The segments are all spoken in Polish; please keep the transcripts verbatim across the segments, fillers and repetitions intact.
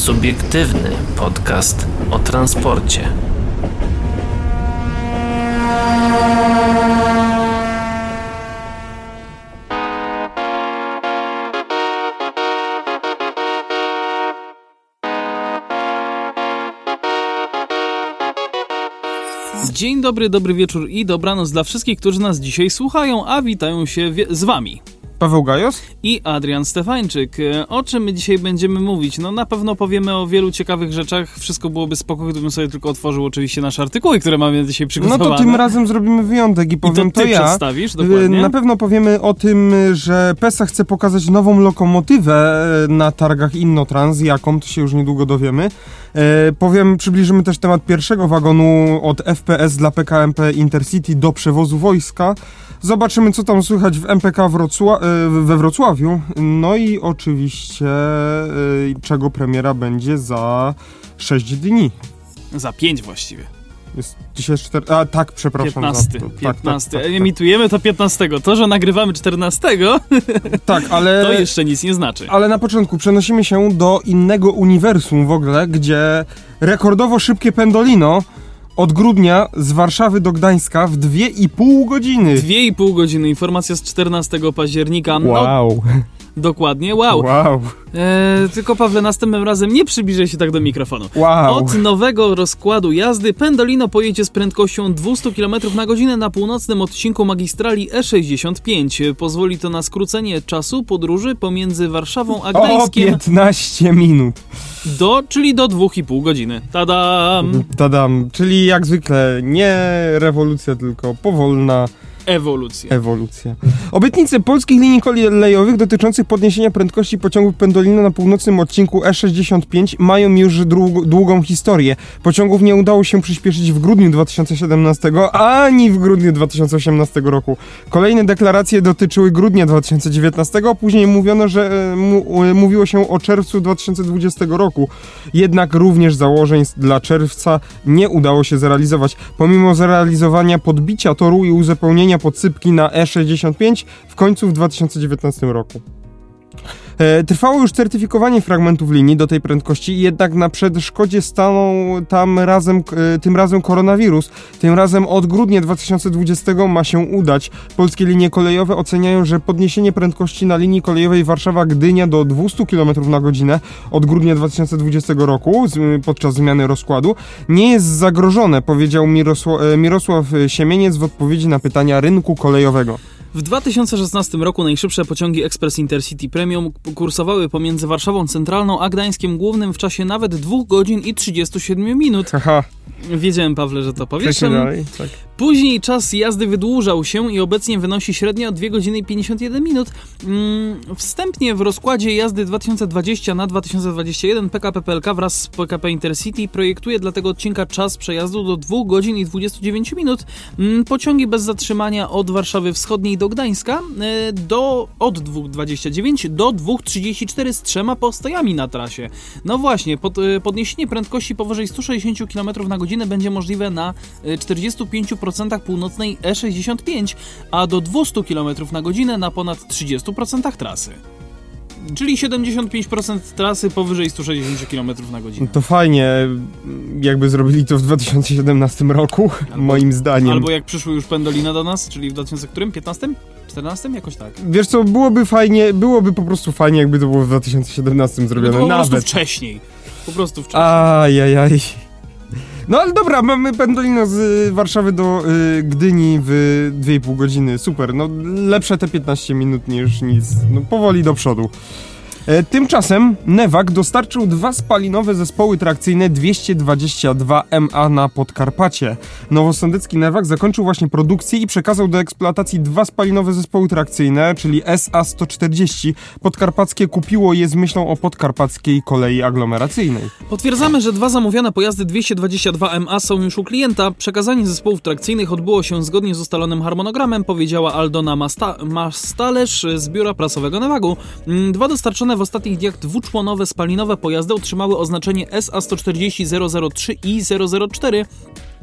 Subiektywny podcast o transporcie. Dzień dobry, dobry wieczór i dobranoc dla wszystkich, którzy nas dzisiaj słuchają, a witają się wie- z wami. Paweł Gajos I Adrian Stefańczyk. O czym my dzisiaj będziemy mówić? No na pewno powiemy o wielu ciekawych rzeczach. Wszystko byłoby spoko, gdybym sobie tylko otworzył oczywiście nasze artykuły, które mamy dzisiaj przygotowane. No to tym razem zrobimy wyjątek i powiem I to ty to ja. przedstawisz, dokładnie. Na pewno powiemy o tym, że PESA chce pokazać nową lokomotywę na targach Innotrans. Jaką, to się już niedługo dowiemy. E, powiem, przybliżymy też temat pierwszego wagonu od F P S dla P K M P Intercity do przewozu wojska. Zobaczymy, co tam słychać w M P K Wrocła- we Wrocławiu. No i oczywiście yy, czego premiera będzie za sześć dni. Za pięć właściwie. Jest dzisiaj cztery... A tak, przepraszam. piętnasty. Za... piętnasty. Tak, tak, tak, Emitujemy to piętnastego. To, że nagrywamy czternastego, tak, ale... to jeszcze nic nie znaczy. Ale na początku przenosimy się do innego uniwersum w ogóle, gdzie rekordowo szybkie Pendolino od grudnia z Warszawy do Gdańska w dwie i pół godziny. Dwie i pół godziny. Informacja z czternastego października. No, Wow. dokładnie, wow. Wow. Eee, tylko Pawle, następnym razem nie przybliżaj się tak do mikrofonu. Wow. Od nowego rozkładu jazdy Pendolino pojedzie z prędkością dwieście kilometrów na godzinę na północnym odcinku magistrali E sześćdziesiąt pięć. Pozwoli to na skrócenie czasu podróży pomiędzy Warszawą a Gdańskiem. O piętnaście minut. Do, czyli do dwóch i pół godziny. Tadam! Tadam. Czyli jak zwykle nie rewolucja, tylko powolna Ewolucja. ewolucja. Obietnice polskich linii kolejowych dotyczących podniesienia prędkości pociągów Pendolino na północnym odcinku E sześćdziesiąt pięć mają już dług- długą historię. Pociągów nie udało się przyspieszyć w grudniu dwa tysiące siedemnastego ani w grudniu dwa tysiące osiemnastego roku. Kolejne deklaracje dotyczyły grudnia dwa tysiące dziewiętnastego, a później mówiono, że e, mu, e, mówiło się o czerwcu dwa tysiące dwudziestego roku. Jednak również założeń dla czerwca nie udało się zrealizować. Pomimo zrealizowania podbicia toru i uzupełnienia podsypki na E sześćdziesiąt pięć w końcu w dwa tysiące dziewiętnastym roku. E, trwało już certyfikowanie fragmentów linii do tej prędkości, jednak na przeszkodzie stanął tam razem, e, tym razem koronawirus. Tym razem od grudnia dwa tysiące dwudziestego ma się udać. Polskie linie kolejowe oceniają, że podniesienie prędkości na linii kolejowej Warszawa-Gdynia do dwieście kilometrów na godzinę od grudnia dwa tysiące dwudziestego roku z, podczas zmiany rozkładu nie jest zagrożone, powiedział Mirosła- Mirosław Siemieniec w odpowiedzi na pytania rynku kolejowego. W dwa tysiące szesnastym roku najszybsze pociągi Express Intercity Premium kursowały pomiędzy Warszawą Centralną a Gdańskiem Głównym w czasie nawet dwóch godzin i trzydziestu siedmiu minut. Haha. Wiedziałem, Pawle, że to powiesz. Dalej, tak. Później czas jazdy wydłużał się i obecnie wynosi średnio dwie godziny i pięćdziesiąt jeden minut. Mm, wstępnie w rozkładzie jazdy dwa tysiące dwudziesty na dwa tysiące dwudziesty jeden P K P P L K wraz z P K P Intercity projektuje dla tego odcinka czas przejazdu do dwóch godzin i dwudziestu dziewięciu minut. Mm, pociągi bez zatrzymania od Warszawy Wschodniej do Gdańska e, do, od dwóch dwadzieścia dziewięć do dwóch trzydzieści cztery z trzema postojami na trasie. No właśnie, pod, e, podniesienie prędkości powyżej stu sześćdziesięciu kilometrów na godzinę będzie możliwe na e, czterdziestu pięciu procentach północnej E sześćdziesiąt pięć, a do dwustu kilometrów na godzinę na ponad trzydziestu procentach trasy. Czyli siedemdziesiąt pięć procent trasy powyżej stu sześćdziesięciu kilometrów na godzinę. To fajnie, jakby zrobili to w dwa tysiące siedemnastym roku, albo, moim zdaniem. Albo jak przyszły już Pendolino do nas, czyli w dwa tysiące piętnastym? czternastym? Jakoś tak. Wiesz co, byłoby fajnie, byłoby po prostu fajnie, jakby to było w dwa tysiące siedemnastym zrobione, no, po nawet. Po prostu wcześniej. Po prostu wcześniej. Ajajaj. No ale dobra, mamy Pendolino z Warszawy do y, Gdyni w dwie i pół godziny. Super, no lepsze te piętnaście minut niż nic. No powoli do przodu. E, tymczasem Newag dostarczył dwa spalinowe zespoły trakcyjne dwieście dwadzieścia dwa M A na Podkarpacie. Nowosądecki Newag zakończył właśnie produkcję i przekazał do eksploatacji dwa spalinowe zespoły trakcyjne, czyli S A sto czterdzieści. Podkarpackie kupiło je z myślą o podkarpackiej kolei aglomeracyjnej. Potwierdzamy, że dwa zamówione pojazdy dwieście dwadzieścia dwa M A są już u klienta. Przekazanie zespołów trakcyjnych odbyło się zgodnie z ustalonym harmonogramem, powiedziała Aldona Masta- Mastalerz z biura prasowego Newagu. Dwa dostarczone w ostatnich dniach dwuczłonowe spalinowe pojazdy otrzymały oznaczenie S A sto czterdzieści zero zero trzy i zero zero cztery.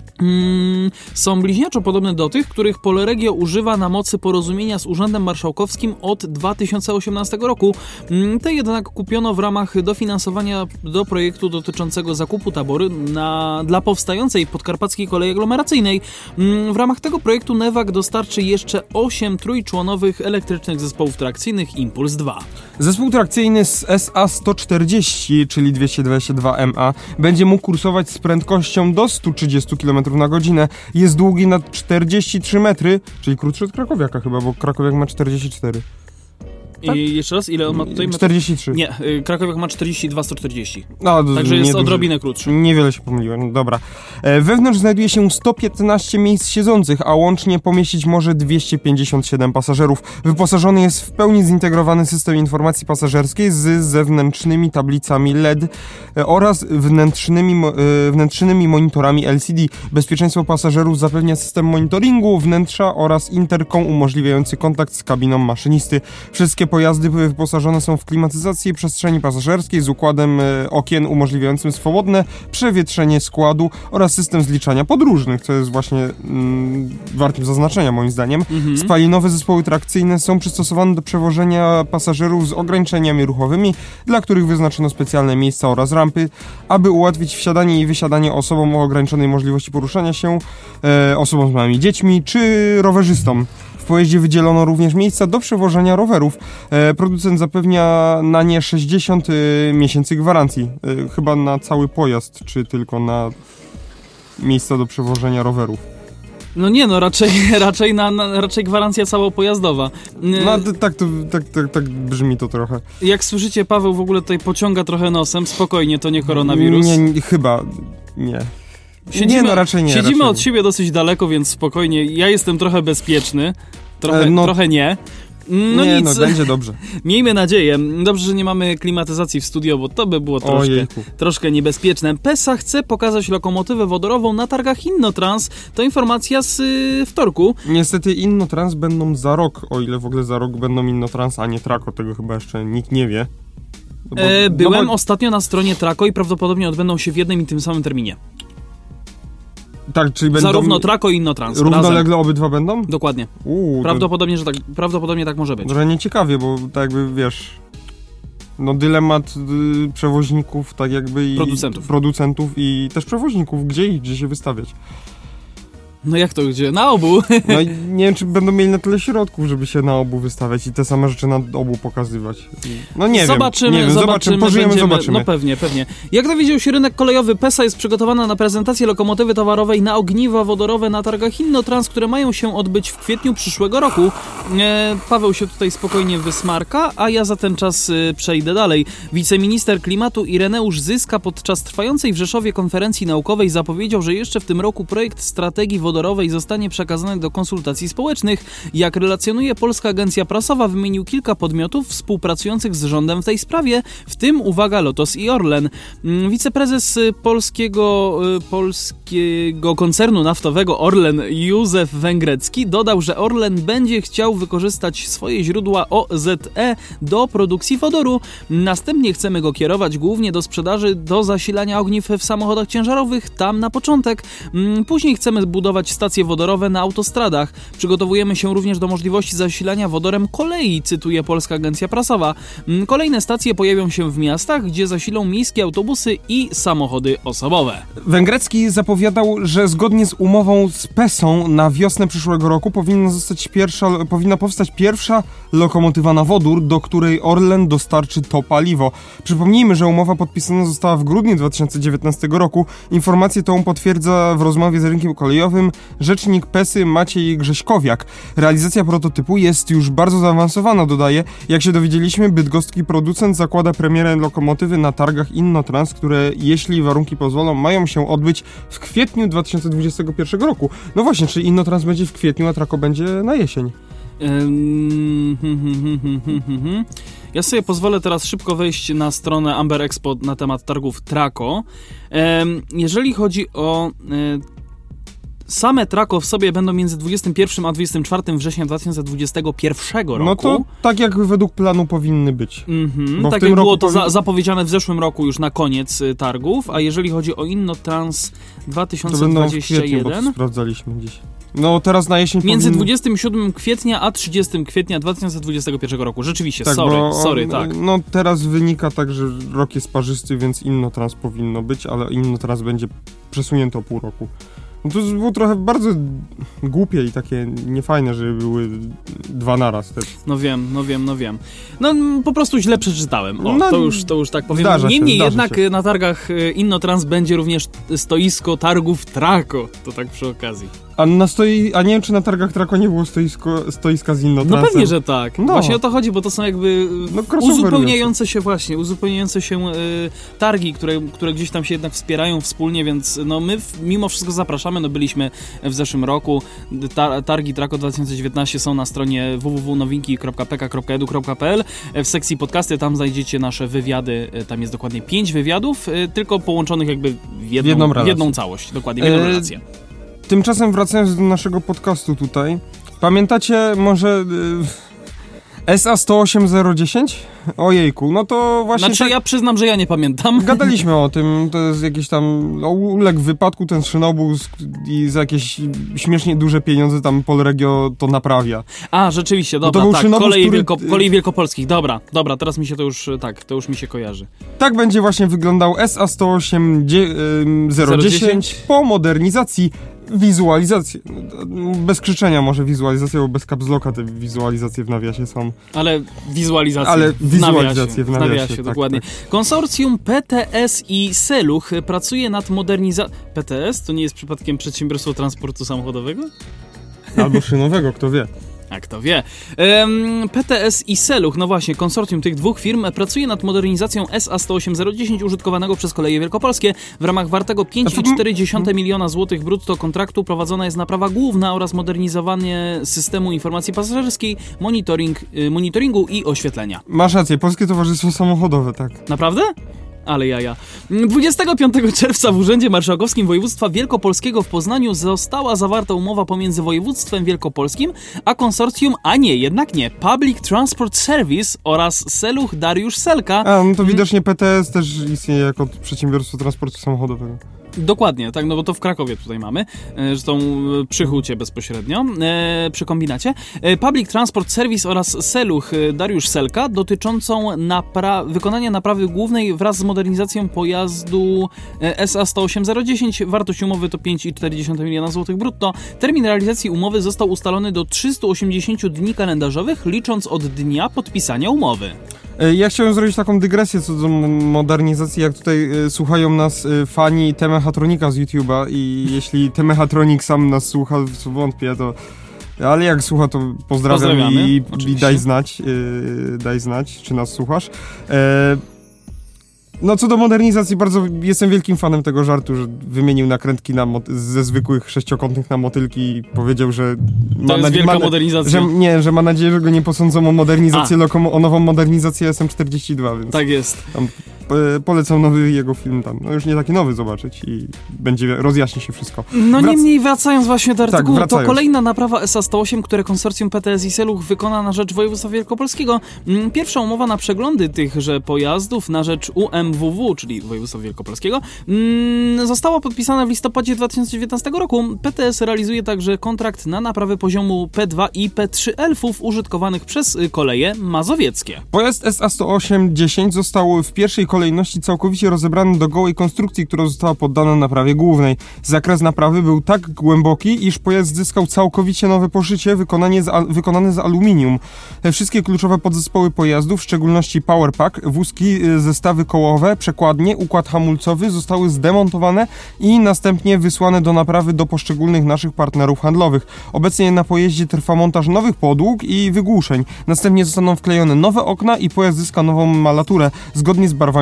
Mm, są bliźniaczo podobne do tych, których Polregio używa na mocy porozumienia z Urzędem Marszałkowskim od dwa tysiące osiemnastego roku. Mm, te jednak kupiono w ramach dofinansowania do projektu dotyczącego zakupu tabory na, dla powstającej podkarpackiej kolei aglomeracyjnej. Mm, w ramach tego projektu Newag dostarczy jeszcze osiem trójczłonowych elektrycznych zespołów trakcyjnych Impuls dwa. Zespół trakcyjny z S A sto czterdzieści, czyli dwieście dwadzieścia dwa M A, będzie mógł kursować z prędkością do sto trzydzieści kilometrów na godzinę. Jest długi na czterdzieści trzy metry, czyli krótszy od krakowiaka chyba, bo krakowiak ma czterdzieści cztery. Tak? I jeszcze raz, ile on ma tutaj? czterdzieści trzy. Nie, krakowiak ma czterdzieści dwa sto czterdzieści. No, Także jest nieduży. odrobinę krótszy. Niewiele się pomyliłem, no dobra. E, wewnątrz znajduje się sto piętnaście miejsc siedzących, a łącznie pomieścić może dwieście pięćdziesiąt siedem pasażerów. Wyposażony jest w pełni zintegrowany system informacji pasażerskiej z zewnętrznymi tablicami L E D e, oraz wnętrznymi, e, wnętrznymi monitorami L C D. Bezpieczeństwo pasażerów zapewnia system monitoringu wnętrza oraz interkom umożliwiający kontakt z kabiną maszynisty. Wszystkie pojazdy wyposażone są w klimatyzację przestrzeni pasażerskiej z układem e, okien umożliwiającym swobodne przewietrzenie składu oraz system zliczania podróżnych, co jest właśnie mm, wartym zaznaczenia moim zdaniem. Mhm. Spalinowe zespoły trakcyjne są przystosowane do przewożenia pasażerów z ograniczeniami ruchowymi, dla których wyznaczono specjalne miejsca oraz rampy, aby ułatwić wsiadanie i wysiadanie osobom o ograniczonej możliwości poruszania się, e, osobom z małymi dziećmi czy rowerzystom. W pojeździe wydzielono również miejsca do przewożenia rowerów. E, producent zapewnia na nie sześćdziesiąt e, miesięcy gwarancji. E, chyba na cały pojazd, czy tylko na miejsca do przewożenia rowerów. No nie, no raczej, raczej, na, na, raczej gwarancja całopojazdowa. No tak, to, tak, tak, tak brzmi to trochę. Jak słyszycie, Paweł w ogóle tutaj pociąga trochę nosem. Spokojnie, to nie koronawirus. Nie, nie chyba nie. Siedzimy, nie, no raczej nie. Siedzimy raczej od nie. siebie dosyć daleko, więc spokojnie. Ja jestem trochę bezpieczny. Trochę, e, no, trochę nie. No nie, nic. no będzie dobrze. Miejmy nadzieję. Dobrze, że nie mamy klimatyzacji w studio, bo to by było troszkę, troszkę niebezpieczne. PESA chce pokazać lokomotywę wodorową na targach Innotrans. To informacja z y, wtorku. Niestety Innotrans będą za rok, o ile w ogóle za rok będą Innotrans, a nie Trako. Tego chyba jeszcze nikt nie wie. No bo, e, byłem no bo... ostatnio na stronie Trako i prawdopodobnie odbędą się w jednym i tym samym terminie. Tak, czyli będą... Zarówno Trako i Innotrans. Równolegle obydwa będą? Dokładnie. Uuu, prawdopodobnie, to... że tak, prawdopodobnie tak może być. Trochę nieciekawie, bo tak jakby, wiesz... No dylemat y, przewoźników, tak jakby i... Producentów. Producentów i też przewoźników. Gdzie ich, gdzie się wystawiać? No jak to gdzie? Na obu. No i nie wiem, czy będą mieli na tyle środków, żeby się na obu wystawiać i te same rzeczy na obu pokazywać. No nie zobaczymy, wiem, nie wiem, zobaczymy, zobaczymy, pożyjemy, będziemy, zobaczymy. No pewnie, pewnie. Jak dowiedział się rynek kolejowy, PESA jest przygotowana na prezentację lokomotywy towarowej na ogniwa wodorowe na targach Innotrans, które mają się odbyć w kwietniu przyszłego roku. E, Paweł się tutaj spokojnie wysmarka, a ja za ten czas e, przejdę dalej. Wiceminister klimatu Ireneusz Zyska podczas trwającej w Rzeszowie konferencji naukowej zapowiedział, że jeszcze w tym roku projekt strategii wodorowej zostanie przekazany do konsultacji społecznych. Jak relacjonuje Polska Agencja Prasowa, wymienił kilka podmiotów współpracujących z rządem w tej sprawie, w tym, uwaga, Lotos i Orlen. Wiceprezes polskiego, polskiego koncernu naftowego Orlen, Józef Węgrecki, dodał, że Orlen będzie chciał wykorzystać swoje źródła O Z E do produkcji wodoru. Następnie chcemy go kierować głównie do sprzedaży, do zasilania ogniw w samochodach ciężarowych, tam na początek. Później chcemy budować stacje wodorowe na autostradach. Przygotowujemy się również do możliwości zasilania wodorem kolei, cytuje Polska Agencja Prasowa. Kolejne stacje pojawią się w miastach, gdzie zasilą miejskie autobusy i samochody osobowe. Węgrecki zapowiadał, że zgodnie z umową z PESą na wiosnę przyszłego roku powinna zostać pierwsza, powinna powstać pierwsza lokomotywa na wodór, do której Orlen dostarczy to paliwo. Przypomnijmy, że umowa podpisana została w grudniu dwa tysiące dziewiętnastego roku. Informację tą potwierdza w rozmowie z rynkiem kolejowym rzecznik PESy Maciej Grześkowiak. Realizacja prototypu jest już bardzo zaawansowana, dodaje. Jak się dowiedzieliśmy, bydgoski producent zakłada premierę lokomotywy na targach Innotrans, które, jeśli warunki pozwolą, mają się odbyć w kwietniu dwa tysiące dwudziestego pierwszego roku. No właśnie, czyli Innotrans będzie w kwietniu, a Trako będzie na jesień. Ja sobie pozwolę teraz szybko wejść na stronę Amber Expo na temat targów Trako. Jeżeli chodzi o same trako w sobie będą między dwudziestym pierwszym a dwudziestym czwartym września dwa tysiące dwudziestego pierwszego roku. No to tak jak według planu powinny być. Mhm, tak jak było to za, zapowiedziane w zeszłym roku już na koniec y, targów, a jeżeli chodzi o InnoTrans dwa tysiące dwudziesty pierwszy... To będą w kwietniu, bo to sprawdzaliśmy dziś. No teraz na jesień Między powinny... dwudziestym siódmym kwietnia a trzydziestym kwietnia dwa tysiące dwudziestego pierwszego roku. Rzeczywiście, tak, sorry, bo, sorry, tak. No teraz wynika tak, że rok jest parzysty, więc InnoTrans powinno być, ale InnoTrans będzie przesunięto o pół roku. No to było trochę bardzo głupie i takie niefajne, że były dwa naraz też. No wiem, no wiem, no wiem. No po prostu źle przeczytałem. O, no, to, już, to już tak powiem. Zdarza Niemniej się, jednak się. na targach InnoTrans będzie również stoisko targów Trako. To tak przy okazji. A, na stoi... A nie wiem, czy na targach Trako nie było stoisko... stoiska z InnoTransem. No pewnie, że tak. No. Właśnie o to chodzi, bo to są jakby no, uzupełniające się właśnie, uzupełniające się y, targi, które, które gdzieś tam się jednak wspierają wspólnie, więc no my w, mimo wszystko zapraszamy. No byliśmy w zeszłym roku. Ta, targi Trako dwa tysiące dziewiętnaście są na stronie w w w kropka nowinki kropka p k kropka e d u kropka p l. W sekcji podcasty tam znajdziecie nasze wywiady. Tam jest dokładnie pięć wywiadów, tylko połączonych jakby w jedną, w jedną, w jedną całość. Dokładnie, w jedną e... relację. Tymczasem wracając do naszego podcastu tutaj, pamiętacie może y, S A sto osiem zero dziesięć? Ojejku, no to właśnie... Znaczy tak... ja przyznam, że ja nie pamiętam. Gadaliśmy o tym, to jest jakiś tam... No, uległ wypadku ten szynobus i za jakieś śmiesznie duże pieniądze tam Polregio to naprawia. A, rzeczywiście, dobra, no to tak, szynobus, kolei, który... wielko, kolei wielkopolskich, dobra, dobra, teraz mi się to już, tak, to już mi się kojarzy. Tak będzie właśnie wyglądał S A sto osiem zero dziesięć po modernizacji. Wizualizacje. Bez krzyczenia może wizualizacja, bo bez capslocka te wizualizacje w nawiasie są. Ale wizualizacje Ale wizualizacje w nawiasie. W nawiasie, w nawiasie tak, dokładnie. Tak. Konsorcjum P T S i Seluch pracuje nad modernizacją... P T S to nie jest przypadkiem Przedsiębiorstwo Transportu Samochodowego? Albo szynowego, kto wie. A kto wie. Um, P T S i Seluch, no właśnie, konsorcjum tych dwóch firm pracuje nad modernizacją S A sto osiem zero dziesięć użytkowanego przez Koleje Wielkopolskie. W ramach wartego pięć przecinek cztery miliona złotych brutto kontraktu prowadzona jest naprawa główna oraz modernizowanie systemu informacji pasażerskiej, monitoring, y, monitoringu i oświetlenia. Masz rację, Polskie Towarzystwo Samochodowe, tak. Naprawdę? Ale jaja. dwudziestego piątego czerwca w Urzędzie Marszałkowskim Województwa Wielkopolskiego w Poznaniu została zawarta umowa pomiędzy województwem wielkopolskim a konsorcjum, a nie, jednak nie, Public Transport Service oraz Seluch Dariusz Selka. A, no to widocznie P T S też istnieje jako przedsiębiorstwo transportu samochodowego. Dokładnie, tak, no bo to w Krakowie tutaj mamy, zresztą przy Hucie bezpośrednio, e, przy kombinacie. E, Public Transport Service oraz Seluch Dariusz Selka dotyczącą napra- wykonania naprawy głównej wraz z modernizacją pojazdu S A sto osiem zero dziesięć. Wartość umowy to pięć przecinek cztery miliona złotych brutto. Termin realizacji umowy został ustalony do trzysta osiemdziesiąt dni kalendarzowych, licząc od dnia podpisania umowy. Ja chciałem zrobić taką dygresję co do modernizacji, jak tutaj y, słuchają nas y, fani Temechatronika z YouTube'a i jeśli Temechatronik sam nas słucha, co wątpię, to... Ale jak słucha, to pozdrawiam i, i daj znać, y, daj znać, czy nas słuchasz. E, No co do modernizacji, bardzo jestem wielkim fanem tego żartu, że wymienił nakrętki na mot- ze zwykłych sześciokątnych na motylki i powiedział, że... To ma jest nadzie- wielka ma, modernizacja. Że, nie, że ma nadzieję, że go nie posądzą o modernizację, lokom- o nową modernizację S M czterdzieści dwa, więc... Tak jest. Tam, e, polecam nowy jego film tam, no już nie taki nowy zobaczyć i będzie, rozjaśni się wszystko. No Wrac- niemniej wracając właśnie do artykułu, tak, to kolejna naprawa S A sto osiem, które konsorcjum P T S i Seluch wykona na rzecz województwa wielkopolskiego. Pierwsza umowa na przeglądy tychże pojazdów na rzecz U M W W, czyli województwa wielkopolskiego, została podpisana w listopadzie dwa tysiące dziewiętnastego roku. P T S realizuje także kontrakt na naprawę poziomu P dwa i P trzy elfów użytkowanych przez koleje mazowieckie. Pojazd S A sto osiem dziesięć został w pierwszej kolejności całkowicie rozebrany do gołej konstrukcji, która została poddana naprawie głównej. Zakres naprawy był tak głęboki, iż pojazd zyskał całkowicie nowe poszycie wykonane z, al- wykonane z aluminium. Wszystkie kluczowe podzespoły pojazdów, w szczególności Power Pack, wózki, zestawy kołowe, przekładnie, układ hamulcowy zostały zdemontowane i następnie wysłane do naprawy do poszczególnych naszych partnerów handlowych. Obecnie na pojeździe trwa montaż nowych podłóg i wygłuszeń. Następnie zostaną wklejone nowe okna i pojazd zyska nową malaturę zgodnie z barwami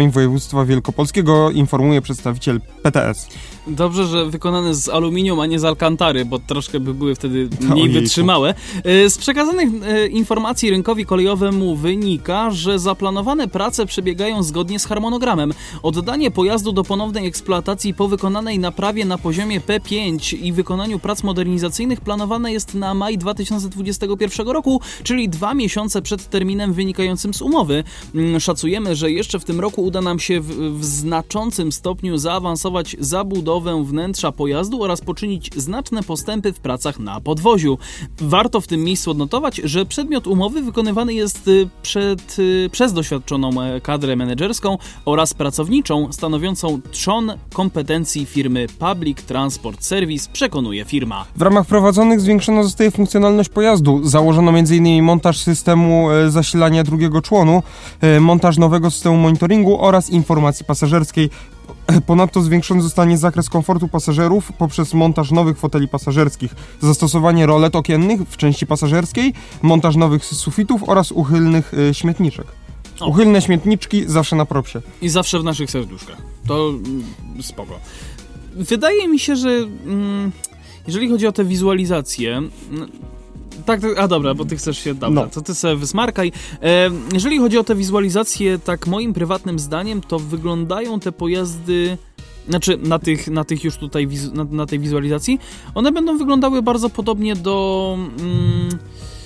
Zbroń Województwa Wielkopolskiego, informuje przedstawiciel P T S. Dobrze, że wykonane z aluminium, a nie z alkantary, bo troszkę by były wtedy mniej Ojejku. wytrzymałe. Z przekazanych informacji rynkowi kolejowemu wynika, że zaplanowane prace przebiegają zgodnie z harmonogramem. Oddanie pojazdu do ponownej eksploatacji po wykonanej naprawie na poziomie P pięć i wykonaniu prac modernizacyjnych planowane jest na maj dwa tysiące dwudziestego pierwszego roku, czyli dwa miesiące przed terminem wynikającym z umowy. Szacujemy, że jeszcze w tym roku uda nam się w, w znaczącym stopniu zaawansować zabudowę wnętrza pojazdu oraz poczynić znaczne postępy w pracach na podwoziu. Warto w tym miejscu odnotować, że przedmiot umowy wykonywany jest przed, przez doświadczoną kadrę menedżerską oraz pracowniczą, stanowiącą trzon kompetencji firmy Public Transport Service, przekonuje firma. W ramach prowadzonych zwiększona zostaje funkcjonalność pojazdu. Założono między innymi montaż systemu zasilania drugiego członu, montaż nowego systemu monitoringu oraz informacji pasażerskiej. Ponadto zwiększony zostanie zakres komfortu pasażerów poprzez montaż nowych foteli pasażerskich, zastosowanie rolet okiennych w części pasażerskiej, montaż nowych sufitów oraz uchylnych y, śmietniczek. O. Uchylne śmietniczki zawsze na propsie. I zawsze w naszych serduszkach. To mm, spoko. Wydaje mi się, że mm, jeżeli chodzi o te wizualizacje... Mm, Tak, a dobra, bo ty chcesz się... Dobra, no. To ty sobie wysmarkaj. E, jeżeli chodzi o te wizualizacje, tak moim prywatnym zdaniem, to wyglądają te pojazdy... Znaczy, na tych, na tych już tutaj, wizu, na, na tej wizualizacji, one będą wyglądały bardzo podobnie do... Mm,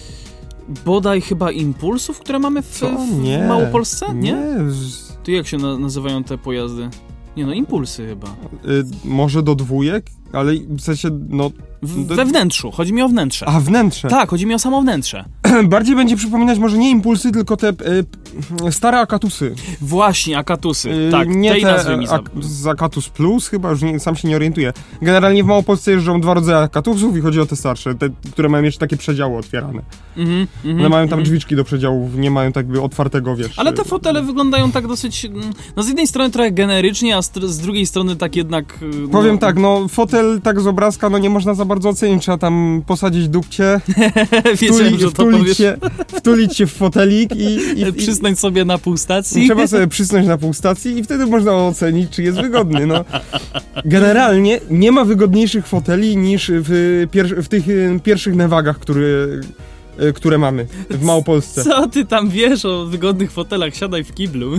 bodaj chyba impulsów, które mamy w, w Małopolsce? Nie? Nie. To jak się na, nazywają te pojazdy? Nie no, impulsy chyba. Y, może do dwójek, ale w sensie, no... W, we wnętrzu, chodzi mi o wnętrze. A, wnętrze. Tak, chodzi mi o samo wnętrze. Bardziej będzie przypominać może nie impulsy, tylko te y, stare Akatusy. Właśnie, Akatusy, y, tak, nie tej te nazwy mi ak- z Akatus Plus chyba, już nie, sam się nie orientuję. Generalnie w Małopolsce jeżdżą dwa rodzaje Akatusów i chodzi o te starsze, te, które mają jeszcze takie przedziały otwierane. Mm-hmm, mm-hmm, One mają tam mm-hmm. drzwiczki do przedziałów, nie mają tak jakby otwartego, wiesz. Ale te fotele wyglądają tak dosyć, no z jednej strony trochę generycznie, a z, z drugiej strony tak jednak... No... Powiem tak, no fotel tak z obrazka, no nie można za bardzo ocenić, trzeba tam posadzić dupcie, wtuli, że to wtulić, się, wtulić się w fotelik i... i przysnąć sobie na pół stacji. Trzeba sobie przysnąć na pół stacji i wtedy można ocenić, czy jest wygodny, no. Generalnie nie ma wygodniejszych foteli niż w, pier- w tych pierwszych Nevagach, które... które mamy w Małopolsce. Co ty tam wiesz o wygodnych fotelach? Siadaj w kiblu.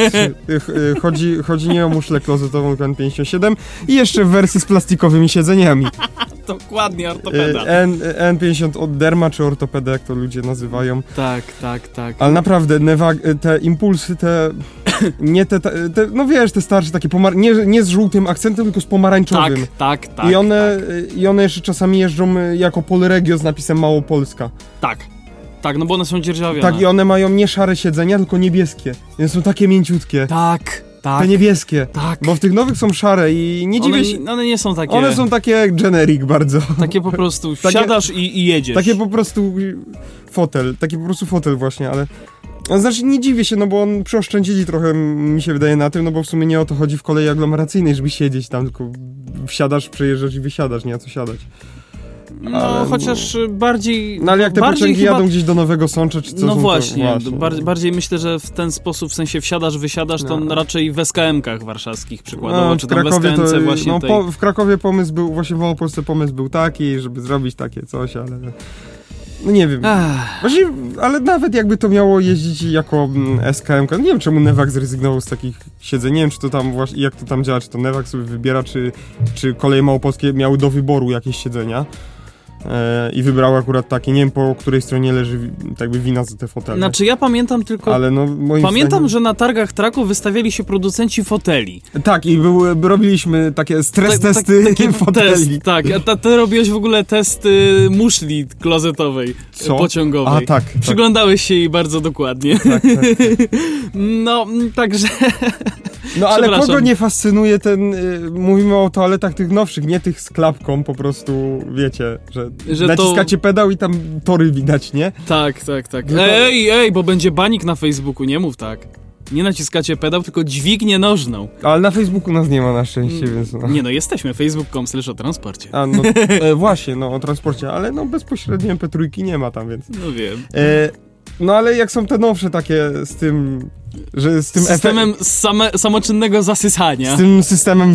Chodzi, chodzi nie o muszlę klozetową N pięćdziesiąt siedem i jeszcze w wersji z plastikowymi siedzeniami. Dokładnie, ortopeda. N, N pięćdziesiąt od Derma, czy ortopeda, jak to ludzie nazywają. Tak, tak, tak. Ale naprawdę, Nevag- te impulsy, te... Nie te, te, te, no wiesz, te starsze takie, pomar- nie, nie z żółtym akcentem, tylko z pomarańczowym. Tak, tak, tak. I one, tak. I one jeszcze czasami jeżdżą jako Polregio z napisem Małopolska. Tak. Tak, no bo one są dzierżawione. Tak, i one mają nie szare siedzenia, tylko niebieskie. One są takie mięciutkie. Tak, tak. Te niebieskie. Tak. Bo w tych nowych są szare i nie dziwię się... One, one nie są takie... One są takie generic bardzo. Takie po prostu takie, wsiadasz i, i jedziesz. Takie po prostu fotel. Taki po prostu fotel właśnie, ale... Znaczy nie dziwię się, no bo on przyoszczędzili trochę, mi się wydaje, na tym, no bo w sumie nie o to chodzi w kolei aglomeracyjnej, żeby siedzieć tam, tylko wsiadasz, przejeżdżasz i wysiadasz, nie o co siadać. No, ale, chociaż no, bardziej... No ale jak te pociągi chyba... jadą gdzieś do Nowego Sącza, czy co? No są, właśnie, to właśnie. Bar- bardziej myślę, że w ten sposób, w sensie wsiadasz, wysiadasz, to no. raczej w S K M-kach warszawskich przykładowo, no, czy tam w S K M-ce to, właśnie no, tej... po, w Krakowie pomysł był, właśnie w Małopolsce pomysł był taki, żeby zrobić takie coś, ale... No nie wiem. Właśnie, ale nawet jakby to miało jeździć jako S K M-ka, nie wiem czemu Nevag zrezygnował z takich siedzeń, nie wiem czy to tam właśnie, jak to tam działa, czy to Nevag sobie wybiera, czy, czy Koleje Małopolskie miały do wyboru jakieś siedzenia. E, i wybrał akurat takie, nie wiem po której stronie leży tak jakby wina za te fotele. Znaczy ja pamiętam tylko, ale no, moim pamiętam, zdaniem... że na targach Traków wystawiali się producenci foteli. Tak i były, robiliśmy takie stres ta, testy takie foteli. Test, tak, a ta, ty robiłeś w ogóle testy muszli klozetowej, Co? pocągowej. A tak. Przyglądałeś tak. się jej bardzo dokładnie. Tak, tak, tak. No, także... No ale kogo nie fascynuje ten, y, mówimy o toaletach tych nowszych, nie tych z klapką, po prostu wiecie, że, że naciskacie to... pedał i tam tory widać, nie? Tak, tak, tak. Tylko... Ej, ej, bo będzie banik na Facebooku, nie mów tak. Nie naciskacie pedał, tylko dźwignię nożną. Ale na Facebooku nas nie ma na szczęście, mm, więc no. Nie no, jesteśmy, facebook kropka com slash o transporcie. A no, e, właśnie, no o transporcie, ale no bezpośrednio em pe trzy nie ma tam, więc... No wiem. E, no ale jak są te nowsze takie z tym... Że z tym systemem efe... same, samoczynnego zasysania. Z tym systemem...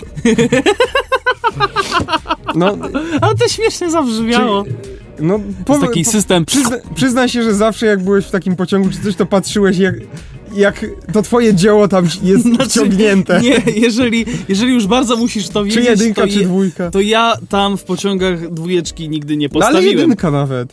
No, ale to śmiesznie zabrzmiało. Czy, no, to jest taki po, system. Przyzna, przyznaj się, że zawsze jak byłeś w takim pociągu czy coś, to patrzyłeś jak, jak to twoje dzieło tam jest znaczy, wciągnięte. Nie, jeżeli, jeżeli już bardzo musisz to wiedzieć, czy jedynka, to, czy dwójka. To ja tam w pociągach dwójeczki nigdy nie postawiłem. No, ale jedynka nawet.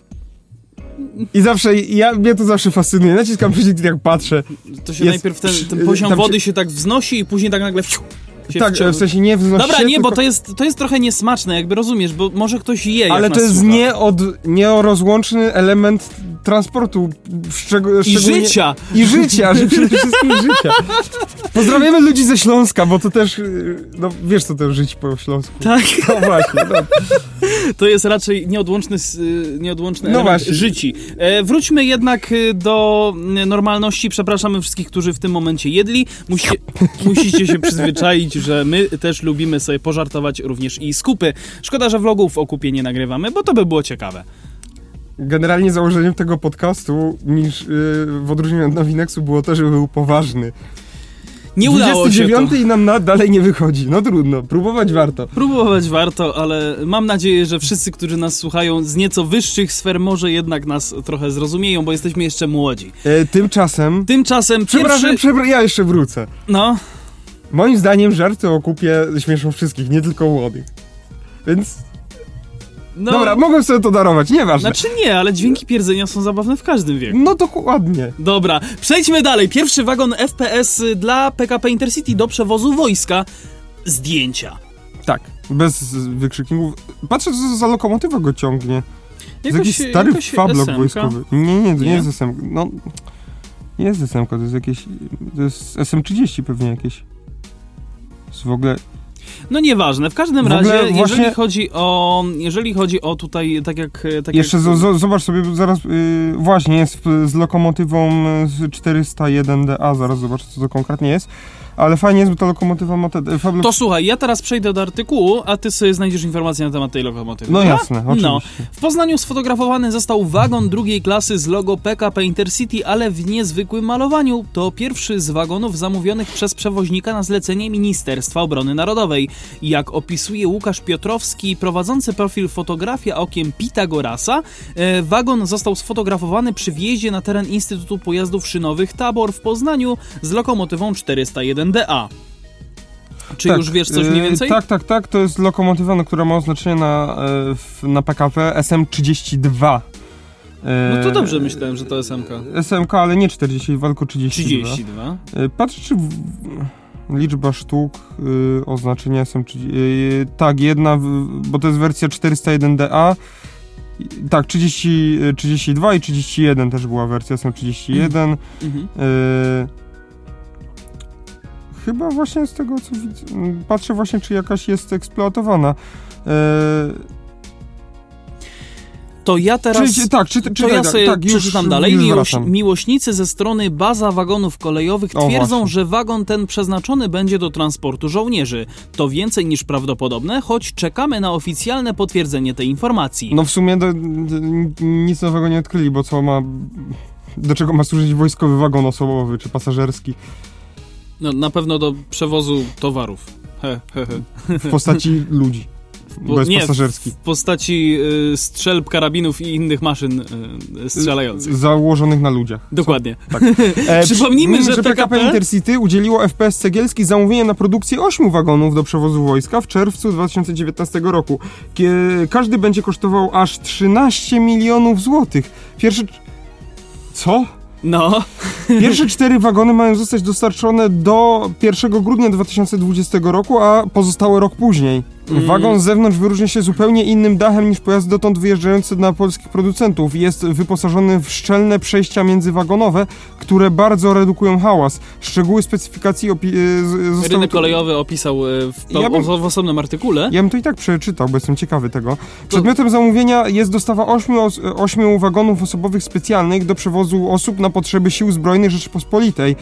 I zawsze, ja, mnie to zawsze fascynuje. Naciskam przycisk i jak patrzę. To się jest, najpierw ten, ten poziom wody się... się tak wznosi i później tak nagle... Wciu, tak, wciąga. W sensie nie wznosi Dobra, się, nie, tylko... bo to jest, to jest trochę niesmaczne, jakby rozumiesz, bo może ktoś je, ale to jest nie od, nierozłączny element transportu. Szczeg- I życia! I życia, że przede wszystkim życia. Pozdrawiamy ludzi ze Śląska, bo to też, no wiesz co to żyć po śląsku. Tak. No właśnie. No. To jest raczej nieodłączny, nieodłączny no element właśnie. życi. E, wróćmy jednak do normalności. Przepraszamy wszystkich, którzy w tym momencie jedli. Musicie, musicie się przyzwyczaić, że my też lubimy sobie pożartować również i z kupy. Szkoda, że vlogów o kupie nie nagrywamy, bo to by było ciekawe. Generalnie założeniem tego podcastu, niż yy, w odróżnieniu od Nowinexu, było to, żeby był poważny. Nie udało się to. dwudziesty dziewiąty i nam na, dalej nie wychodzi. No trudno, próbować warto. Próbować warto, ale mam nadzieję, że wszyscy, którzy nas słuchają z nieco wyższych sfer, może jednak nas trochę zrozumieją, bo jesteśmy jeszcze młodzi. E, tymczasem... Tymczasem Przepraszam, pierwszy... przepra- ja jeszcze wrócę. No. Moim zdaniem żarty o kupie śmieszą wszystkich, nie tylko młodych. Więc... No, dobra, mogłem sobie to darować, nieważne. Znaczy nie, ale dźwięki pierdzenia są zabawne w każdym wieku. No dokładnie. Dobra, przejdźmy dalej. Pierwszy wagon F P S dla P K P Intercity do przewozu wojska. Zdjęcia. Tak, bez wykrzykników. Patrzę, co za lokomotywa go ciągnie. To jakoś, jest jakiś stary fablok S M K? wojskowy. Nie, nie, to nie, nie jest S M K. No, nie jest S M K, to jest jakieś... To jest S M trzydzieści pewnie jakieś. To jest w ogóle... No nieważne, w każdym w razie, jeżeli właśnie... chodzi o, jeżeli chodzi o tutaj, tak jak... Tak Jeszcze jak... z, z, zobacz sobie, zaraz, yy, właśnie jest z lokomotywą z czterysta jeden D A, zaraz zobacz, co to konkretnie jest, ale fajnie jest, bo ta lokomotywa ma te... Fablo... To słuchaj, ja teraz przejdę do artykułu, a ty sobie znajdziesz informacje na temat tej lokomotywy. No a? jasne, oczywiście. No. W Poznaniu sfotografowany został wagon drugiej klasy z logo P K P Intercity, ale w niezwykłym malowaniu. To pierwszy z wagonów zamówionych przez przewoźnika na zlecenie Ministerstwa Obrony Narodowej. Jak opisuje Łukasz Piotrowski, prowadzący profil Fotografia okiem Pitagorasa, e, wagon został sfotografowany przy wjeździe na teren Instytutu Pojazdów Szynowych Tabor w Poznaniu z lokomotywą czterysta jeden D A. Czy tak, już wiesz coś mniej więcej? Yy, tak, tak, tak. To jest lokomotywa, no, która ma oznaczenie na, yy, na P K P S M trzydzieści dwa. Yy, no to dobrze myślałem, że to S M K. S M K, ale nie czterdzieści dwa, tylko trzydzieści dwa. trzydzieści dwa. Yy, patrz, czy w, liczba sztuk, yy, oznaczenia S M trzydzieści... Yy, tak, jedna, bo to jest wersja czterysta jeden D A. Tak, trzydzieści, trzydzieści dwa i trzydzieści jeden też była wersja S M trzydzieści jeden. Mhm. Yy, Chyba właśnie z tego, co widzę. Patrzę właśnie, czy jakaś jest eksploatowana. Eee... To ja teraz... Czy, tak, czy, czy, to ja sobie tak, przeczytam już, dalej. Już Miłoś, miłośnicy ze strony Baza Wagonów Kolejowych o, twierdzą, właśnie. że wagon ten przeznaczony będzie do transportu żołnierzy. To więcej niż prawdopodobne, choć czekamy na oficjalne potwierdzenie tej informacji. No w sumie do, do, nic nowego nie odkryli, bo co ma... Do czego ma służyć wojskowy wagon osobowy czy pasażerski? No, na pewno do przewozu towarów. He, he, he. W postaci ludzi. Bo, bez nie, pasażerskich. w postaci y, strzelb, karabinów i innych maszyn y, strzelających. Założonych na ludziach. Dokładnie. Tak. E, Przypomnijmy, że, że P K P Intercity udzieliło F P S Cegielski zamówienie na produkcję ośmiu wagonów do przewozu wojska w czerwcu dwa tysiące dziewiętnastego roku. Każdy będzie kosztował aż trzynaście milionów złotych. Pierwszy... Co? No. Pierwsze cztery wagony mają zostać dostarczone do pierwszego grudnia dwa tysiące dwudziestego roku, a pozostałe rok później. Mm. Wagon z zewnątrz wyróżnia się zupełnie innym dachem niż pojazdy dotąd wyjeżdżające na polskich producentów. Jest wyposażony w szczelne przejścia międzywagonowe, które bardzo redukują hałas. Szczegóły specyfikacji opi- zostały... Rynek kolejowy opisał w, to, ja bym, w osobnym artykule. Ja bym to i tak przeczytał, bo jestem ciekawy tego. Przedmiotem zamówienia jest dostawa ośmiu, os- ośmiu wagonów osobowych specjalnych do przewozu osób na potrzeby Sił Zbrojnych Rzeczypospolitej.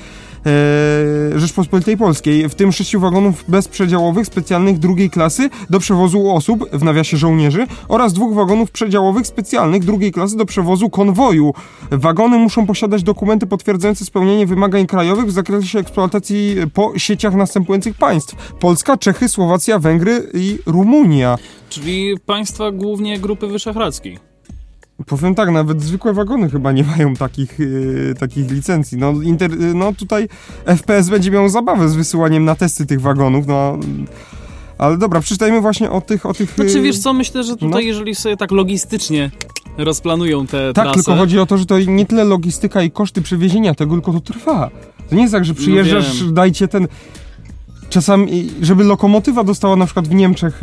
e, Rzeczpospolitej Polskiej, w tym sześciu wagonów bezprzedziałowych specjalnych drugiej klasy do przewozu osób, w nawiasie żołnierzy, oraz dwóch wagonów przedziałowych specjalnych drugiej klasy do przewozu konwoju. Wagony muszą posiadać dokumenty potwierdzające spełnienie wymagań krajowych w zakresie eksploatacji po sieciach następujących państw: Polska, Czechy, Słowacja, Węgry i Rumunia. Czyli państwa głównie Grupy Wyszehradzkiej. Powiem tak, nawet zwykłe wagony chyba nie mają takich, yy, takich licencji. No, inter, no tutaj F P S będzie miał zabawę z wysyłaniem na testy tych wagonów, no... Ale dobra, przeczytajmy właśnie o tych... O tych znaczy wiesz co, myślę, że tutaj no. jeżeli sobie tak logistycznie rozplanują te tak, trasy... tylko chodzi o to, że to nie tyle logistyka i koszty przewiezienia tego, tylko to trwa. To nie jest tak, że przyjeżdżasz, no dajcie ten... Czasami, żeby lokomotywa dostała na przykład w Niemczech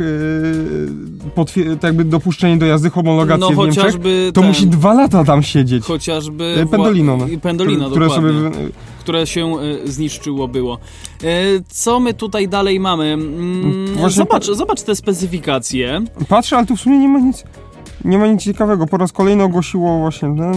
yy, potwier- tak jakby dopuszczenie do jazdy, homologację no, w Niemczech, to ten, musi dwa lata tam siedzieć. Chociażby... Yy, Pendolino. No. Wła- Pendolino, które, dokładnie. które sobie... które się y, zniszczyło było. Y, co my tutaj dalej mamy? Mm, zobacz, to... zobacz te specyfikacje. Patrzę, ale tu w sumie nie ma nic... Nie ma nic ciekawego. Po raz kolejny ogłosiło właśnie... No,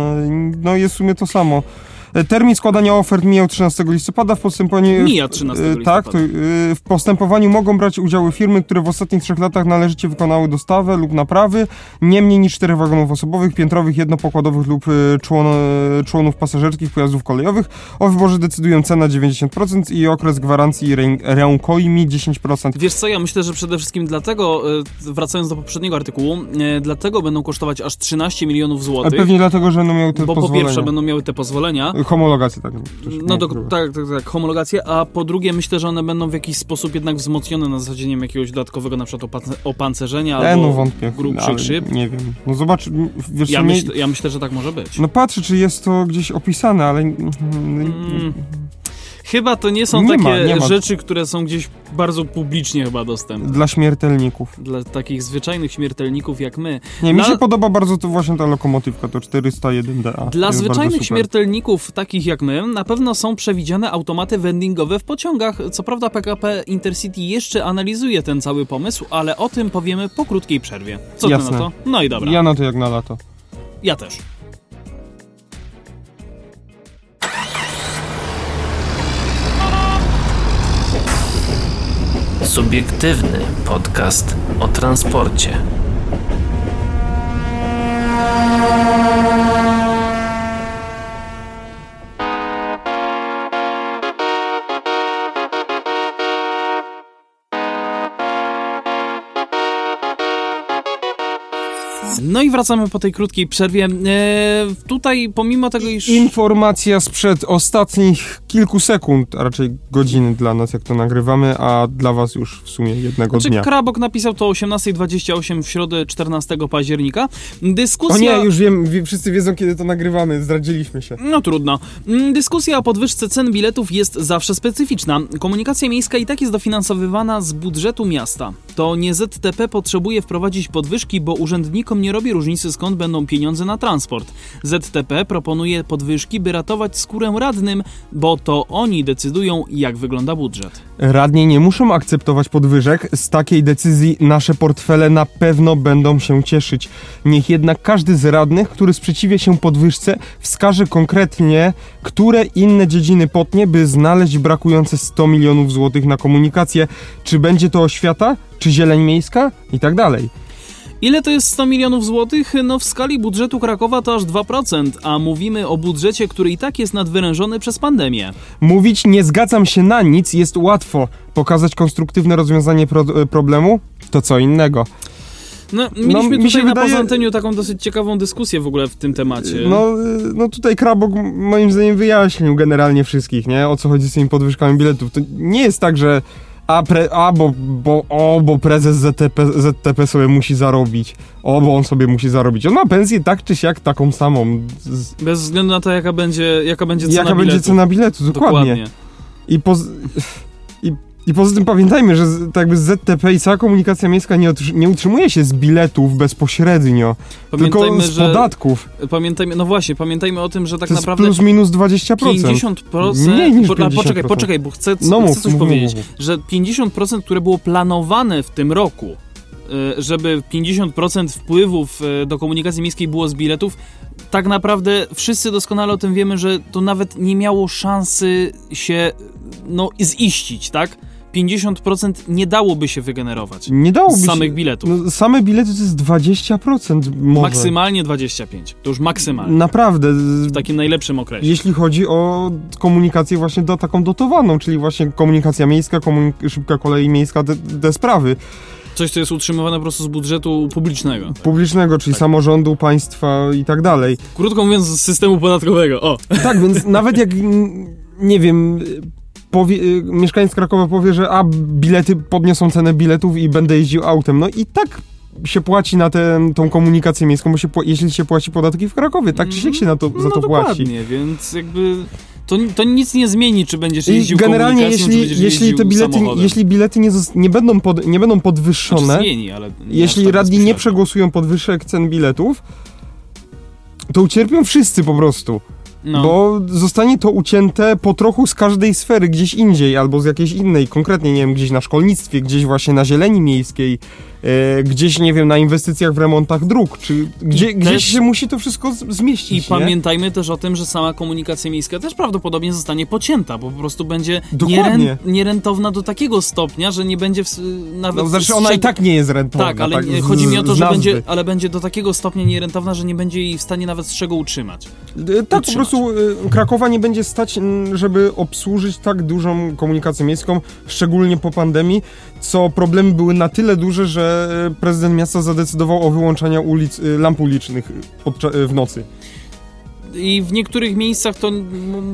no jest w sumie to samo. Termin składania ofert mijał trzynastego listopada. W postępowaniu... Mija trzynastego listopada. Tak, to, w postępowaniu mogą brać udziały firmy, które w ostatnich trzech latach należycie wykonały dostawę lub naprawy nie mniej niż czterech wagonów osobowych, piętrowych, jednopokładowych lub człon, członów pasażerskich pojazdów kolejowych. O wyborze decydują cena dziewięćdziesiąt procent i okres gwarancji rękojmi dziesięć procent. Wiesz co, ja myślę, że przede wszystkim dlatego, wracając do poprzedniego artykułu, dlatego będą kosztować aż trzynaście milionów złotych. Pewnie dlatego, że będą miały te bo pozwolenia. Po pierwsze będą miały te pozwolenia. Homologację, tak. No do, tak, tak, tak, homologację, a po drugie myślę, że one będą w jakiś sposób jednak wzmocnione na zasadzie, nie wiem, jakiegoś dodatkowego na przykład opan- opancerzenia e, albo no wątpię, grubszych szyb. Nie wiem, no zobacz, wiesz, ja, nie... myśl, ja myślę, że tak może być. No patrzę, czy jest to gdzieś opisane, ale... Mm. Chyba to nie są nie takie ma, nie ma. rzeczy, które są gdzieś bardzo publicznie chyba dostępne. Dla śmiertelników. Dla takich zwyczajnych śmiertelników jak my. Nie, Dla... mi się podoba bardzo to właśnie ta lokomotywka, to czterysta jeden D A. Dla zwyczajnych śmiertelników takich jak my na pewno są przewidziane automaty vendingowe w pociągach. Co prawda P K P Intercity jeszcze analizuje ten cały pomysł, ale o tym powiemy po krótkiej przerwie. Co ty Jasne. na to? No i dobra. Ja na to jak na lato. Ja też. Subiektywny podcast o transporcie. No i wracamy po tej krótkiej przerwie. Eee, tutaj pomimo tego, iż... Informacja sprzed ostatnich kilku sekund, a raczej godziny dla nas, jak to nagrywamy, a dla was już w sumie jednego znaczy, dnia. Krabok napisał to o osiemnasta dwadzieścia osiem w środę czternastego października. Dyskusja... O nie, już wiem, wie, wszyscy wiedzą, kiedy to nagrywamy, zdradziliśmy się. No trudno. Dyskusja o podwyżce cen biletów jest zawsze specyficzna. Komunikacja miejska i tak jest dofinansowywana z budżetu miasta. To nie Z T P potrzebuje wprowadzić podwyżki, bo urzędnikom nie robi różnicy, skąd będą pieniądze na transport. Z T P proponuje podwyżki, by ratować skórę radnym, bo to oni decydują, jak wygląda budżet. Radni nie muszą akceptować podwyżek. Z takiej decyzji nasze portfele na pewno będą się cieszyć. Niech jednak każdy z radnych, który sprzeciwia się podwyżce, wskaże konkretnie, które inne dziedziny potnie, by znaleźć brakujące sto milionów złotych na komunikację. Czy będzie to oświata, czy zieleń miejska i tak dalej. Ile to jest sto milionów złotych? No w skali budżetu Krakowa to aż dwa procent, a mówimy o budżecie, który i tak jest nadwyrężony przez pandemię. Mówić nie zgadzam się na nic jest łatwo. Pokazać konstruktywne rozwiązanie pro- problemu to co innego. No, mieliśmy no, tutaj mi się na wydaje... Pozanteniu taką dosyć ciekawą dyskusję w ogóle w tym temacie. No, no tutaj Krabok moim zdaniem wyjaśnił generalnie wszystkich, nie? O co chodzi z tymi podwyżkami biletów. To nie jest tak, że A, pre, a bo, bo, o, bo prezes Z T P, Z T P sobie musi zarobić. O, bo on sobie musi zarobić. On ma pensję tak czy siak taką samą. Z... Bez względu na to, jaka będzie, jaka będzie cena jaka biletu. będzie cena biletu, dokładnie. dokładnie. I, poz... I, I poza tym pamiętajmy, że z, tak jakby Z T P i cała komunikacja miejska nie, otr- nie utrzymuje się z biletów bezpośrednio, pamiętajmy, tylko z że, podatków. Pamiętajmy, no właśnie, pamiętajmy o tym, że tak to jest naprawdę plus minus dwadzieścia procent. pięćdziesiąt procent Mniej niż po, pięćdziesiąt procent. Poczekaj, poczekaj, bo chcę, no chcę mów, coś mów, powiedzieć, mów, mów. że pięćdziesiąt procent, które było planowane w tym roku y, żeby pięćdziesiąt procent wpływów y, do komunikacji miejskiej było z biletów, tak naprawdę wszyscy doskonale o tym wiemy, że to nawet nie miało szansy się no, ziścić, tak? pięćdziesiąt procent nie dałoby się wygenerować nie dałoby z samych się, biletów. No, same bilety to jest dwadzieścia procent może. Maksymalnie dwadzieścia pięć procent. To już maksymalnie. Naprawdę. W takim najlepszym okresie. Jeśli chodzi o komunikację właśnie do, taką dotowaną, czyli właśnie komunikacja miejska, komunik- szybka kolej miejska, te, te sprawy. Coś, co jest utrzymywane po prostu z budżetu publicznego. Publicznego, czyli tak. samorządu, państwa i tak dalej. Krótko mówiąc, z systemu podatkowego. O. Tak, więc nawet jak, nie wiem... Powie, mieszkaniec Krakowa powie, że a bilety podniosą cenę biletów i będę jeździł autem. No i tak się płaci na tę tą komunikację miejską, bo się, jeśli się płaci podatki w Krakowie, tak czy siak się na to, no za to płaci. Dokładnie, więc jakby to, to nic nie zmieni, czy będziesz jeździł I generalnie komunikacją, jeśli, czy będziesz jeśli jeździł te bilety, samochodem. jeśli bilety nie, zos- nie, będą pod, nie będą podwyższone, znaczy zmieni, ale jeśli tak radni nie przegłosują podwyżek cen biletów, to ucierpią wszyscy po prostu. No. Bo zostanie to ucięte po trochu z każdej sfery, gdzieś indziej, albo z jakiejś innej, konkretnie, nie wiem, gdzieś na szkolnictwie, gdzieś właśnie na zieleni miejskiej, e, gdzieś, nie wiem, na inwestycjach w remontach dróg, czy gdzie, gdzieś też się musi to wszystko z- zmieścić, I nie? pamiętajmy też o tym, że sama komunikacja miejska też prawdopodobnie zostanie pocięta, bo po prostu będzie Dokładnie. nieren- nierentowna do takiego stopnia, że nie będzie w, nawet... No, znaczy ona strzeg- i tak nie jest rentowna. Tak, ale tak, nie, z, chodzi mi o to, z że nazwy. będzie, ale będzie do takiego stopnia nierentowna, że nie będzie jej w stanie nawet z czego utrzymać. E, Tak, utrzymać. po prostu e, Krakowa nie będzie stać, m, żeby obsłużyć tak dużą komunikację miejską, szczególnie po pandemii, co problemy były na tyle duże, że e, prezydent miasta zadecydował o wyłączaniu ulic, e, lamp ulicznych podcza- e, w nocy. I w niektórych miejscach to... mm,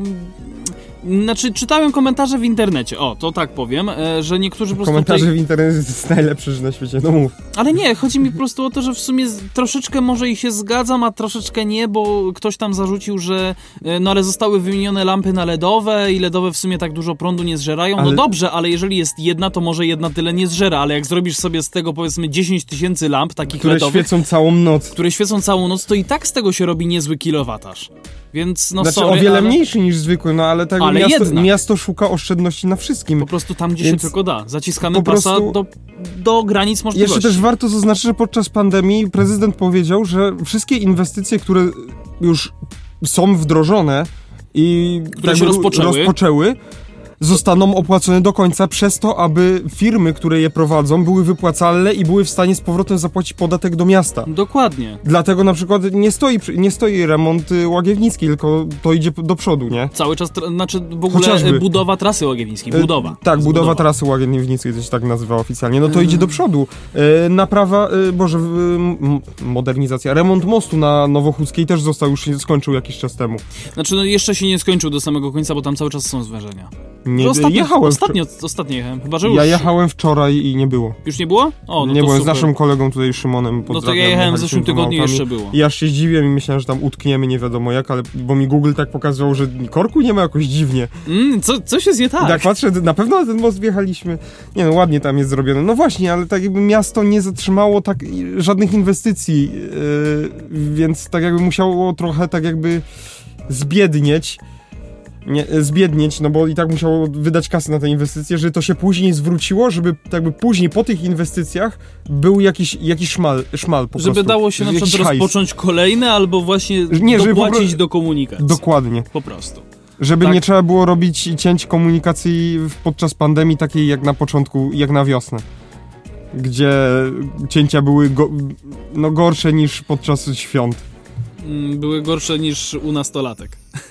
Znaczy, czytałem komentarze w internecie, o, to tak powiem, e, że niektórzy po prostu... Komentarze tutaj... w internecie to jest najlepsze rzecz na świecie, no mów. Ale nie, chodzi mi po prostu o to, że w sumie z- troszeczkę może i się zgadzam, a troszeczkę nie, bo ktoś tam zarzucił, że e, no ale zostały wymienione lampy na ledowe i ledowe w sumie tak dużo prądu nie zżerają. Ale... No dobrze, ale jeżeli jest jedna, to może jedna tyle nie zżera, ale jak zrobisz sobie z tego powiedzmy dziesięć tysięcy lamp takich Które ledowych, świecą całą noc. które świecą całą noc, to i tak z tego się robi niezły kilowataż. Więc no Znaczy sorry, o wiele ale... mniejszy niż zwykły, no ale tak Ale miasto, jednak. miasto szuka oszczędności na wszystkim. Po prostu tam, gdzie Więc się tylko da. Zaciskamy po pasa prostu- do, do granic możliwości. Jeszcze też warto zaznaczyć, że podczas pandemii prezydent powiedział, że wszystkie inwestycje, które już są wdrożone i Które jakby się rozpoczęły. rozpoczęły, zostaną opłacone do końca przez to, aby firmy, które je prowadzą, były wypłacalne i były w stanie z powrotem zapłacić podatek do miasta. Dokładnie. Dlatego na przykład nie stoi, przy- nie stoi remont y, Łagiewnickiej, tylko to idzie p- do przodu, nie? Cały czas, tra- znaczy w ogóle Chociażby. e, budowa trasy Łagiewnickiej, budowa. E, tak, Jest budowa trasy Łagiewnickiej, to się tak nazywa oficjalnie. No to idzie do przodu. E, naprawa, e, boże, w- m- modernizacja, remont mostu na Nowochódzkiej też został, już się skończył jakiś czas temu. Znaczy no jeszcze się nie skończył do samego końca, bo tam cały czas są zwężenia. Nie, ostatnio, jechałem ostatnio, ostatnio jechałem, chyba że już. Ja jechałem wczoraj i nie było. Już nie było? O, no nie to było, z super. naszym kolegą tutaj Szymonem. No to pozdrawiam, ja jechałem w jechaliśmy zeszłym tygodniu, Pomałkami. jeszcze było. I aż się zdziwiłem i myślałem, że tam utkniemy nie wiadomo jak, ale bo mi Google tak pokazywał, że korku nie ma jakoś dziwnie. Mm, co, coś jest nie tak. I tak patrzę, na pewno na ten most wjechaliśmy. Nie no, ładnie tam jest zrobione. No właśnie, ale tak jakby miasto nie zatrzymało tak żadnych inwestycji, yy, więc tak jakby musiało trochę tak jakby zbiednieć. Nie, zbiednieć, no bo i tak musiało wydać kasy na te inwestycje, żeby to się później zwróciło, żeby tak jakby później po tych inwestycjach był jakiś, jakiś szmal, szmal po Żeby prostu. dało się na Jakiś przykład hajs. rozpocząć kolejne, albo właśnie Nie, żeby po dopłacić pro- do komunikacji. Dokładnie. Po prostu. Żeby Tak. nie trzeba było robić cięć komunikacji w- podczas pandemii takiej jak na początku, jak na wiosnę. Gdzie cięcia były go, no gorsze niż podczas świąt. Mm, Były gorsze niż u nastolatek.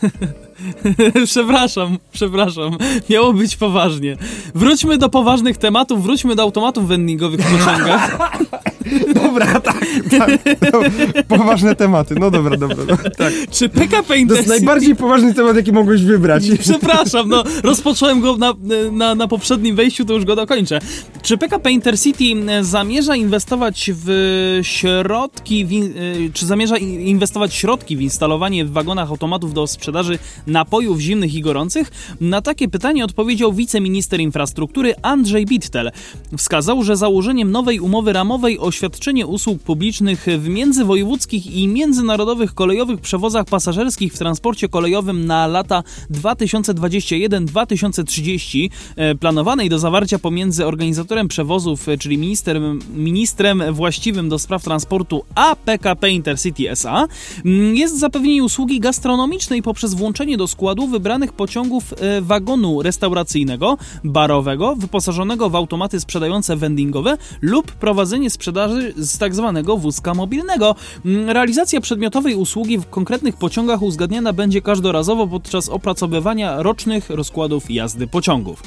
przepraszam, przepraszam. Miało być poważnie. Wróćmy do poważnych tematów, wróćmy do automatów vendingowych w pociągach. Dobra, tak, tak. Poważne tematy. No dobra, dobra. dobra tak. Czy P K P To jest Intercity... najbardziej poważny temat, jaki mogłeś wybrać. Przepraszam, no rozpocząłem go na, na, na poprzednim wejściu, to już go dokończę. Czy P K P Intercity zamierza inwestować w środki, w in, czy zamierza inwestować środki w instalowanie w wagonach automatów do sprzedaży napojów zimnych i gorących? Na takie pytanie odpowiedział wiceminister infrastruktury Andrzej Bittel. Wskazał, że założeniem nowej umowy ramowej o świadczenie usług publicznych w międzywojewódzkich i międzynarodowych kolejowych przewozach pasażerskich w transporcie kolejowym na lata dwa tysiące dwudziesty pierwszy do dwa tysiące trzydziestego, planowanej do zawarcia pomiędzy organizatorem przewozów, czyli ministrem, ministrem właściwym do spraw transportu a P K P Intercity S A, jest zapewnienie usługi gastronomicznej poprzez włączenie do składu wybranych pociągów wagonu restauracyjnego, barowego, wyposażonego w automaty sprzedające vendingowe lub prowadzenie sprzedaży z tak zwanego wózka mobilnego. Realizacja przedmiotowej usługi w konkretnych pociągach uzgadniana będzie każdorazowo podczas opracowywania rocznych rozkładów jazdy pociągów.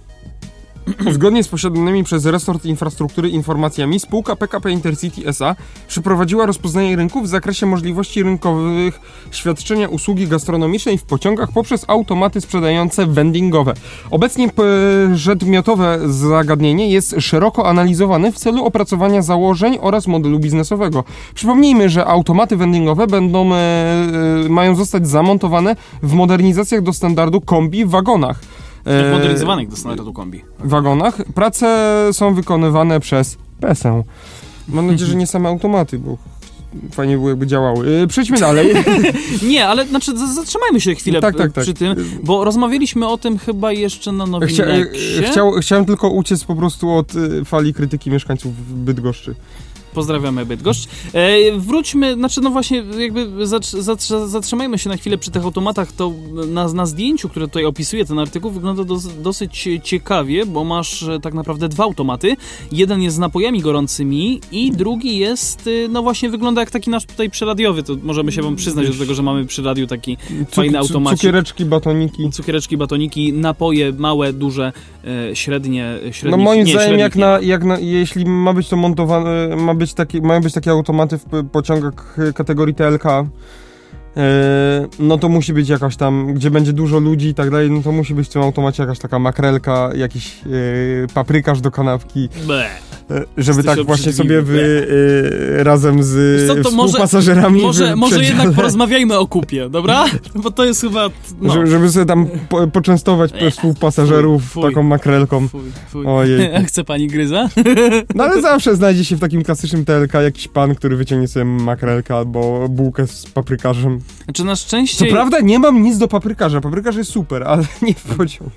Zgodnie z posiadanymi przez resort infrastruktury informacjami, spółka P K P Intercity S A przeprowadziła rozpoznanie rynku w zakresie możliwości rynkowych świadczenia usługi gastronomicznej w pociągach poprzez automaty sprzedające vendingowe. Obecnie przedmiotowe zagadnienie jest szeroko analizowane w celu opracowania założeń oraz modelu biznesowego. Przypomnijmy, że automaty vendingowe będą, e, mają zostać zamontowane w modernizacjach do standardu kombi w wagonach. W modernizowanych do standardu kombi. wagonach. Prace są wykonywane przez P E S E. Mam nadzieję, że nie same automaty, bo fajnie było, jakby działały. Przejdźmy dalej. Nie, ale znaczy zatrzymajmy się chwilę tak, tak, tak. przy tym, bo rozmawialiśmy o tym chyba jeszcze na Nowineksie. Chcia, chciał, chciałem tylko uciec po prostu od fali krytyki mieszkańców Bydgoszczy. Pozdrawiamy Bydgoszcz. E, wróćmy, znaczy no właśnie jakby zatr- zatrzymajmy się na chwilę przy tych automatach. To na, na zdjęciu, które tutaj opisuje ten artykuł, wygląda dos, dosyć ciekawie, bo masz tak naprawdę dwa automaty. Jeden jest z napojami gorącymi i drugi jest, no właśnie wygląda jak taki nasz tutaj przyradiowy. To możemy się wam przyznać do tego, że mamy przy radiu taki Cuk- fajny automat. Cukiereczki, batoniki. Cukiereczki, batoniki, napoje małe, duże, e, średnie, średnie. No moim nie, zdaniem jak nie. na, jak na, jeśli ma być to montowane, ma być taki, mają być takie automaty w pociągach kategorii T L K, yy, no to musi być jakaś tam, gdzie będzie dużo ludzi i tak dalej, no to musi być w tym automacie jakaś taka makrelka, jakiś yy, paprykarz do kanapki, yy, żeby tak właśnie sobie wy yy, razem z co, to współpasażerami Może, może jednak porozmawiajmy o kupie, dobra? Bo to jest chyba... No. Żeby, żeby sobie tam po, poczęstować Ech, współpasażerów fuj, fuj, taką makrelką. Fuj, fuj. Ojej. Chce pani gryza? No ale zawsze znajdzie się w takim klasycznym T L K jakiś pan, który wyciągnie sobie makrelkę albo bułkę z paprykarzem. Znaczy na szczęście... Co prawda nie mam nic do paprykarza, paprykarz jest super, ale nie w pociągu.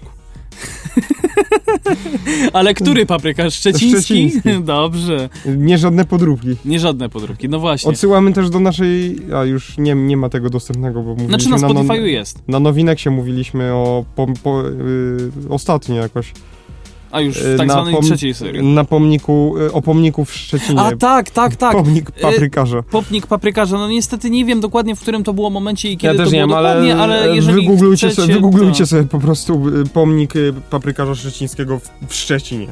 Ale który paprykarz? Szczeciński? Szczeciński. Dobrze. Nie żadne podróbki. Nie żadne podróbki, no właśnie. Odsyłamy też do naszej... A już nie, nie ma tego dostępnego, bo mówiliśmy... Znaczy na Spotify'u na, jest. Na Nowineksie mówiliśmy o... Po, po, yy, ostatnio jakoś. A już w tak na zwanej pom- trzeciej serii. Na pomniku, o pomniku w Szczecinie. A tak, tak, tak. Pomnik paprykarza. Pomnik paprykarza. No niestety nie wiem dokładnie, w którym to było momencie i kiedy ja to było wiem, dokładnie, ale, ale jeżeli wygooglujcie chcecie, sobie, wygooglujcie to... sobie po prostu pomnik paprykarza szczecińskiego w, w Szczecinie.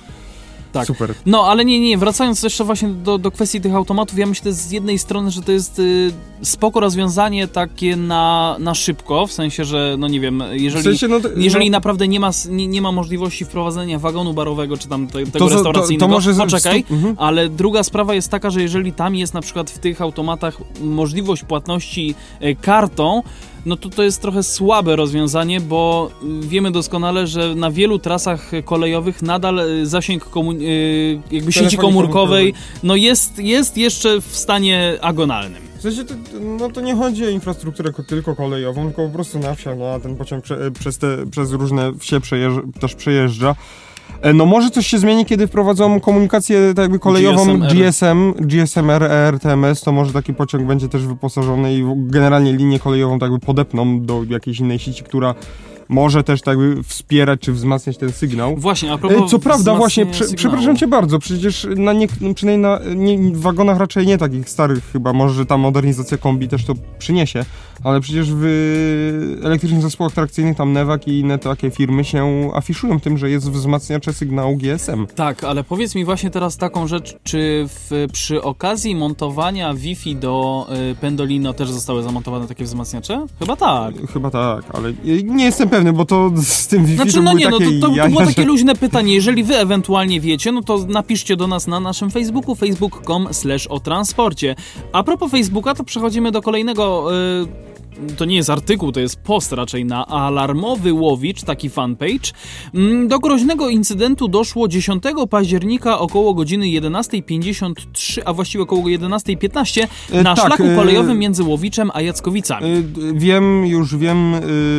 Tak. Super. No, ale nie, nie, wracając jeszcze właśnie do, do kwestii tych automatów, ja myślę z jednej strony, że to jest y, spoko rozwiązanie takie na, na szybko, w sensie, że no nie wiem, jeżeli, w sensie, no to, jeżeli no, naprawdę nie ma, nie, nie ma możliwości wprowadzenia wagonu barowego, czy tam te, tego to, restauracyjnego, to, to może poczekaj, stu... mhm. ale druga sprawa jest taka, że jeżeli tam jest na przykład w tych automatach możliwość płatności y, kartą, no to to jest trochę słabe rozwiązanie, bo wiemy doskonale, że na wielu trasach kolejowych nadal zasięg komu- jakby sieci komórkowej no jest, jest jeszcze w stanie agonalnym. W sensie to, no to nie chodzi o infrastrukturę tylko kolejową, tylko po prostu na wsiach, no a ten pociąg prze, przez, te, przez różne wsie przejeżdża, też przejeżdża. No może coś się zmieni, kiedy wprowadzą komunikację tak jakby kolejową G S M, G S M R, E R T M S, to może taki pociąg będzie też wyposażony i generalnie linię kolejową tak jakby podepną do jakiejś innej sieci, która może też tak jakby wspierać czy wzmacniać ten sygnał. Właśnie, a propos Co prawda, właśnie, prze, przepraszam cię bardzo, przecież na nie, przynajmniej na nie, w wagonach raczej nie takich starych chyba, może że ta modernizacja kombi też to przyniesie, ale przecież w elektrycznych zespołach trakcyjnych tam Newak i inne takie firmy się afiszują tym, że jest wzmacniacze sygnału G S M. Tak, ale powiedz mi właśnie teraz taką rzecz, czy w, przy okazji montowania Wi-Fi do y, Pendolino też zostały zamontowane takie wzmacniacze? Chyba tak. Chyba tak, ale nie jestem pewny, bo to z tym Wi-Fi znaczy, to no były nie, takie no to, to, jaja, to było takie że... luźne pytanie. Jeżeli wy ewentualnie wiecie, no to napiszcie do nas na naszym Facebooku, facebook kropka com slash o transporcie. A propos Facebooka, to przechodzimy do kolejnego... Yy, to nie jest artykuł, to jest post raczej na Alarmowy Łowicz, taki fanpage. Do groźnego incydentu doszło dziesiątego października około godziny jedenasta pięćdziesiąt trzy, a właściwie około jedenasta piętnaście na tak, szlaku kolejowym między Łowiczem a Jackowicami. Wiem, już wiem,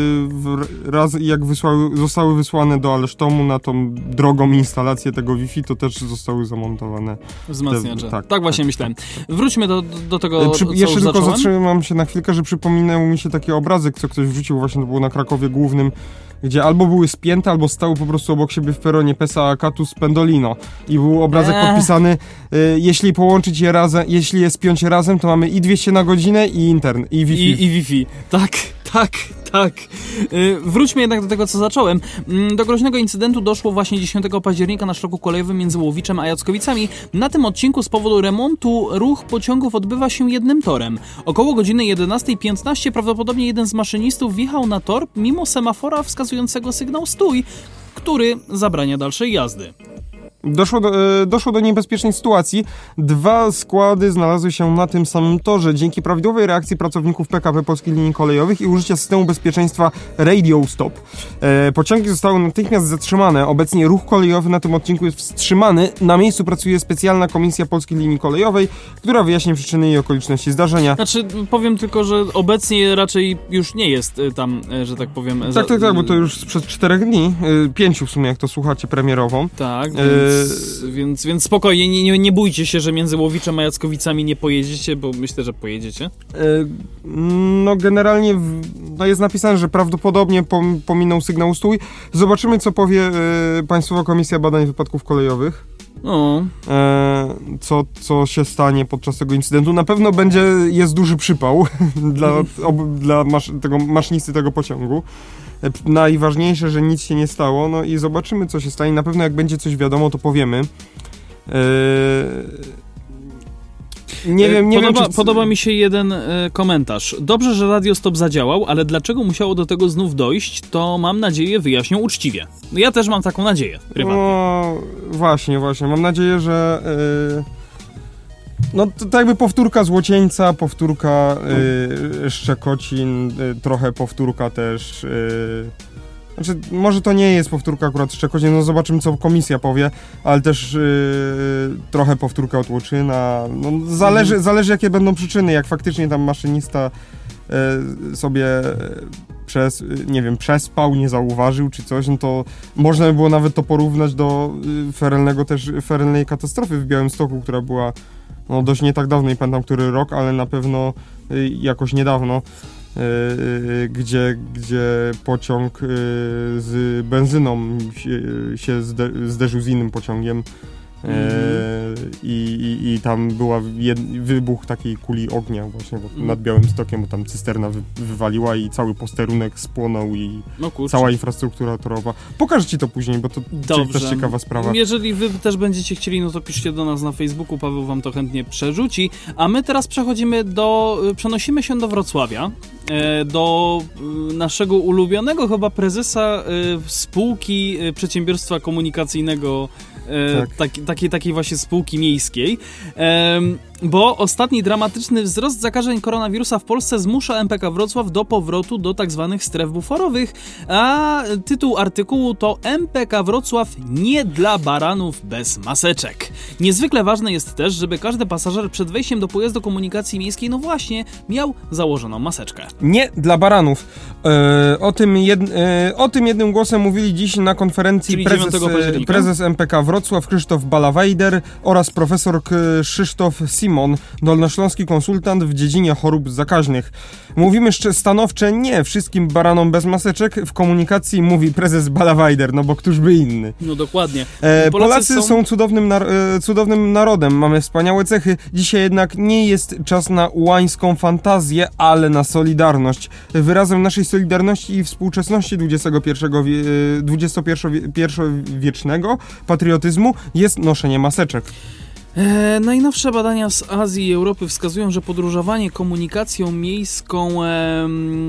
raz jak wysłały, zostały wysłane do Alesztomu na tą drogą instalację tego Wi-Fi, to też zostały zamontowane wzmacniacze. Te, tak, tak, właśnie tak, myślałem. Tak, tak. Wróćmy do, do tego, Przy, co Jeszcze już tylko zacząłem. zatrzymam się na chwilkę, że przypominał mi się taki obrazek, co ktoś wrzucił, właśnie to było na Krakowie Głównym, gdzie albo były spięte, albo stały po prostu obok siebie w peronie Pesa Acatus Pendolino. I był obrazek eee. podpisany, y, jeśli połączyć je razem, jeśli je spiąć razem, to mamy i dwieście na godzinę, i internet, i Wi-Fi. I, i Wi-Fi. Tak, tak, tak. Yy, wróćmy jednak do tego, co zacząłem. Yy, do groźnego incydentu doszło właśnie dziesiątego października na szlaku kolejowym między Łowiczem a Jackowicami. Na tym odcinku z powodu remontu ruch pociągów odbywa się jednym torem. Około godziny jedenasta piętnaście prawdopodobnie jeden z maszynistów wjechał na tor mimo semafora wskazującego sygnał stój, który zabrania dalszej jazdy. Doszło do, doszło do niebezpiecznej sytuacji. Dwa składy znalazły się na tym samym torze. Dzięki prawidłowej reakcji pracowników P K P Polskich Linii Kolejowych i użycia systemu bezpieczeństwa Radio Stop. E, pociągi zostały natychmiast zatrzymane. Obecnie ruch kolejowy na tym odcinku jest wstrzymany. Na miejscu pracuje specjalna komisja Polskiej Linii Kolejowej, która wyjaśni przyczyny i okoliczności zdarzenia. Znaczy, powiem tylko, że obecnie raczej już nie jest tam, że tak powiem... Tak, za... tak, tak, bo to już sprzed czterech dni, pięciu w sumie, jak to słuchacie premierową. Tak, więc... Więc, więc spokojnie, nie, nie, nie bójcie się, że między Łowiczem a Jackowicami nie pojedziecie, bo myślę, że pojedziecie. No generalnie w, no jest napisane, że prawdopodobnie pom, pominął sygnał stój. Zobaczymy, co powie e, Państwowa Komisja Badań Wypadków Kolejowych. O. E, co, co się stanie podczas tego incydentu. Na pewno będzie, jest duży przypał dla, ob, dla masz, tego maszynisty tego pociągu. Najważniejsze, że nic się nie stało, no i zobaczymy, co się stanie. Na pewno jak będzie coś wiadomo, to powiemy. Eee... Nie wiem, nie podoba, wiem, czy... Podoba mi się jeden e, komentarz. Dobrze, że Radio Stop zadziałał, ale dlaczego musiało do tego znów dojść, to mam nadzieję wyjaśnią uczciwie. No ja też mam taką nadzieję, prywatnie. No właśnie, właśnie. Mam nadzieję, że... Yy... No to, to jakby powtórka Złocieńca, powtórka yy, Szczekocin, yy, trochę powtórka też... Yy... Znaczy, może to nie jest powtórka akurat Szczekocin, no zobaczymy, co komisja powie, ale też yy, trochę powtórka od Łoczyna. No, zależy, mhm. zależy, jakie będą przyczyny. Jak faktycznie tam maszynista yy, sobie przez, nie wiem, przespał, nie zauważył czy coś, no to można by było nawet to porównać do yy, ferelnego też, ferelnej katastrofy w Białymstoku, która była no, dość nie tak dawno, nie pamiętam który rok, ale na pewno yy, jakoś niedawno. Yy, gdzie, gdzie pociąg yy, z benzyną się, się zde, zderzył z innym pociągiem yy, mm. i, i, i tam była jed, wybuch takiej kuli ognia właśnie mm. nad Białymstokiem, bo tam cysterna wy, wywaliła i cały posterunek spłonął i no cała infrastruktura torowa. Pokażę ci to później, bo to Dobrze. też ciekawa sprawa. Jeżeli wy też będziecie chcieli, no to piszcie do nas na Facebooku, Paweł wam to chętnie przerzuci, a my teraz przechodzimy do, przenosimy się do Wrocławia, do naszego ulubionego chyba prezesa spółki przedsiębiorstwa komunikacyjnego, tak. taki, takiej, takiej właśnie spółki miejskiej, bo ostatni dramatyczny wzrost zakażeń koronawirusa w Polsce zmusza M P K Wrocław do powrotu do tak zwanych stref buforowych, a tytuł artykułu to M P K Wrocław nie dla baranów bez maseczek. Niezwykle ważne jest też, żeby każdy pasażer przed wejściem do pojazdu komunikacji miejskiej, no właśnie, miał założoną maseczkę. Nie dla baranów. E, o, tym jed, e, o tym jednym głosem mówili dziś na konferencji prezes, prezes M P K Wrocław Krzysztof Balawajder oraz profesor Krzysztof Simon, dolnośląski konsultant w dziedzinie chorób zakaźnych. Mówimy stanowcze nie wszystkim baranom bez maseczek w komunikacji, mówi prezes Balawajder, no bo któż by inny. No dokładnie. E, Polacy, Polacy są, są cudownym, nar e, cudownym narodem, mamy wspaniałe cechy. Dzisiaj jednak nie jest czas na ułańską fantazję, ale na solidarność. Wyrazem naszej solidarności i współczesności dwudziestopierwowiecznego patriotyzmu jest noszenie maseczek. E, najnowsze badania z Azji i Europy wskazują, że podróżowanie komunikacją miejską e,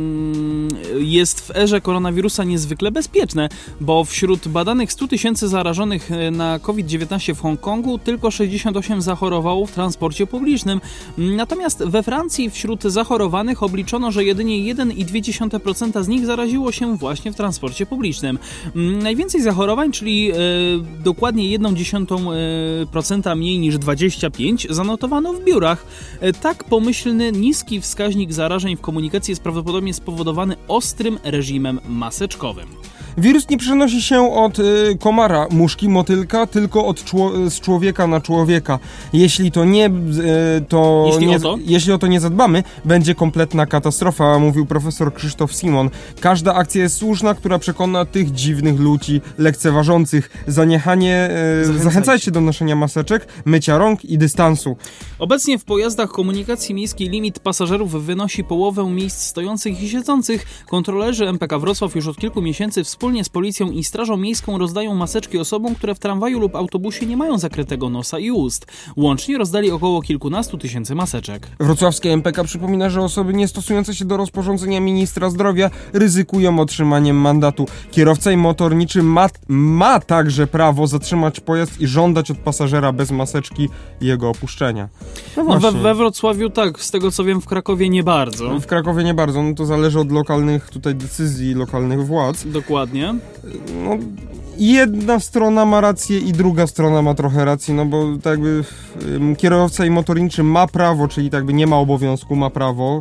jest w erze koronawirusa niezwykle bezpieczne, bo wśród badanych stu tysięcy zarażonych na COVID dziewiętnaście w Hongkongu tylko sześćdziesiąt osiem zachorowało w transporcie publicznym. Natomiast we Francji wśród zachorowanych obliczono, że jedynie jeden i dwie dziesiąte procent z nich zaraziło się właśnie w transporcie publicznym. Najwięcej zachorowań, czyli e, dokładnie jedną dziesiątą procenta mniej niż dwadzieścia pięć, zanotowano w biurach. Tak pomyślny, niski wskaźnik zarażeń w komunikacji jest prawdopodobnie spowodowany ostrym reżimem maseczkowym. Wirus nie przenosi się od y, komara, muszki, motylka, tylko od czło- z człowieka na człowieka. Jeśli to nie, y, to jeśli, nie o to? jeśli o to nie zadbamy, będzie kompletna katastrofa, mówił profesor Krzysztof Simon. Każda akcja jest słuszna, która przekona tych dziwnych ludzi lekceważących. Zaniechanie, y, zachęcajcie do noszenia maseczek, mycia rąk i dystansu. Obecnie w pojazdach komunikacji miejskiej limit pasażerów wynosi połowę miejsc stojących i siedzących. Kontrolerzy M P K Wrocław już od kilku miesięcy wspólnie z policją i strażą miejską rozdają maseczki osobom, które w tramwaju lub autobusie nie mają zakrytego nosa i ust. Łącznie rozdali około kilkunastu tysięcy maseczek. Wrocławskie M P K przypomina, że osoby nie stosujące się do rozporządzenia ministra zdrowia ryzykują otrzymaniem mandatu. Kierowca i motorniczy ma, ma także prawo zatrzymać pojazd i żądać od pasażera bez maseczki jego opuszczenia. No No właśnie. we, we Wrocławiu tak, z tego co wiem, w Krakowie nie bardzo. W Krakowie nie bardzo, no to zależy od lokalnych tutaj decyzji lokalnych władz. Dokładnie. No, jedna strona ma rację i druga strona ma trochę racji, no bo tak jakby um, kierowca i motorniczy ma prawo, czyli tak jakby nie ma obowiązku, ma prawo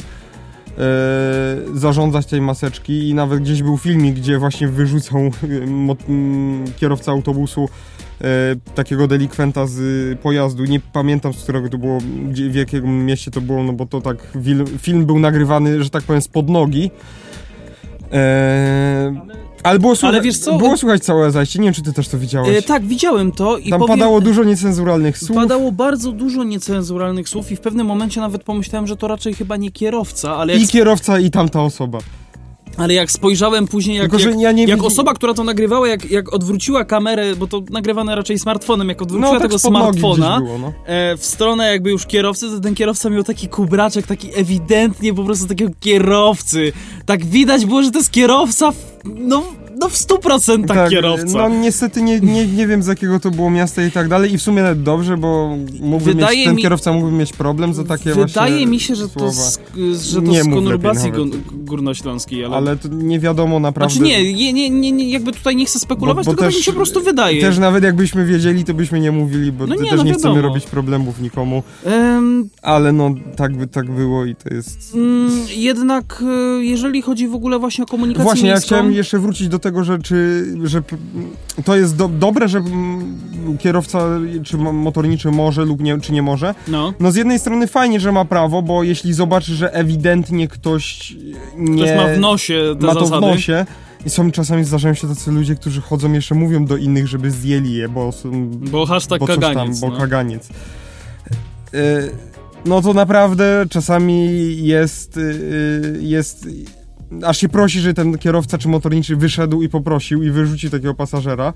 e, zarządzać tej maseczki i nawet gdzieś był filmik, gdzie właśnie wyrzucał mo, m, kierowca autobusu e, takiego delikwenta z pojazdu. Nie pamiętam, z którego to było, gdzie, w jakim mieście to było, no bo to tak film, film był nagrywany, że tak powiem, spod nogi. Eee, ale było, słucha- Ale wiesz co? było słuchać całe zajście, nie wiem, czy ty też to widziałeś. E, tak, widziałem to i Tam powiem, padało dużo niecenzuralnych słów. Padało bardzo dużo niecenzuralnych słów i w pewnym momencie nawet pomyślałem, że to raczej chyba nie kierowca, ale jak, I kierowca, i tamta osoba. ale jak spojrzałem później, jak, Tylko, że jak, ja nie jak widzi- osoba, która to nagrywała, jak, jak odwróciła kamerę, bo to nagrywane raczej smartfonem, jak odwróciła No, tak tego spod nogi smartfona gdzieś było, no. e, w stronę jakby już kierowcy, to ten kierowca miał taki kubraczek, taki ewidentnie po prostu takiego kierowcy. Tak widać było, że to jest kierowca, w, no... No w stu procentach Tak, kierowca. no niestety nie, nie, nie wiem, z jakiego to było miasta i tak dalej i w sumie nawet dobrze, bo mógłby Wydaje mieć, ten mi- kierowca mógłby mieć problem za takie Wydaje właśnie mi się, że to, słowa. z, że to Nie z mów konurbacji lepiej gó- górnośląskiej, ale... Ale to nie wiadomo naprawdę. Znaczy nie, nie, nie, nie, nie, jakby tutaj nie chcę spekulować, Bo- bo tylko tak też- mi się po prostu wydaje. Też nawet jakbyśmy wiedzieli, to byśmy nie mówili, bo No to nie, też no nie chcemy wiadomo. robić problemów nikomu. Em, Ale no, tak by tak było i to jest... mm, jednak e, jeżeli chodzi w ogóle właśnie o komunikację Właśnie, ja miejską... chciałem jeszcze wrócić do tego, że, czy, że p- to jest do, dobre, że mm, kierowca czy mo- motorniczy może lub nie, czy nie może. No, No z jednej strony fajnie, że ma prawo, bo jeśli zobaczy, że ewidentnie ktoś nie... ktoś ma w nosie te ma to zasady. w nosie. I są czasami zdarzają się tacy ludzie, którzy chodzą jeszcze mówią do innych, żeby zdjęli je, bo są, Bo hashtag bo coś kaganiec. tam, bo no. kaganiec. Yy, no to naprawdę czasami jest, yy, jest, aż się prosi, że ten kierowca czy motorniczy wyszedł i poprosił i wyrzucił takiego pasażera.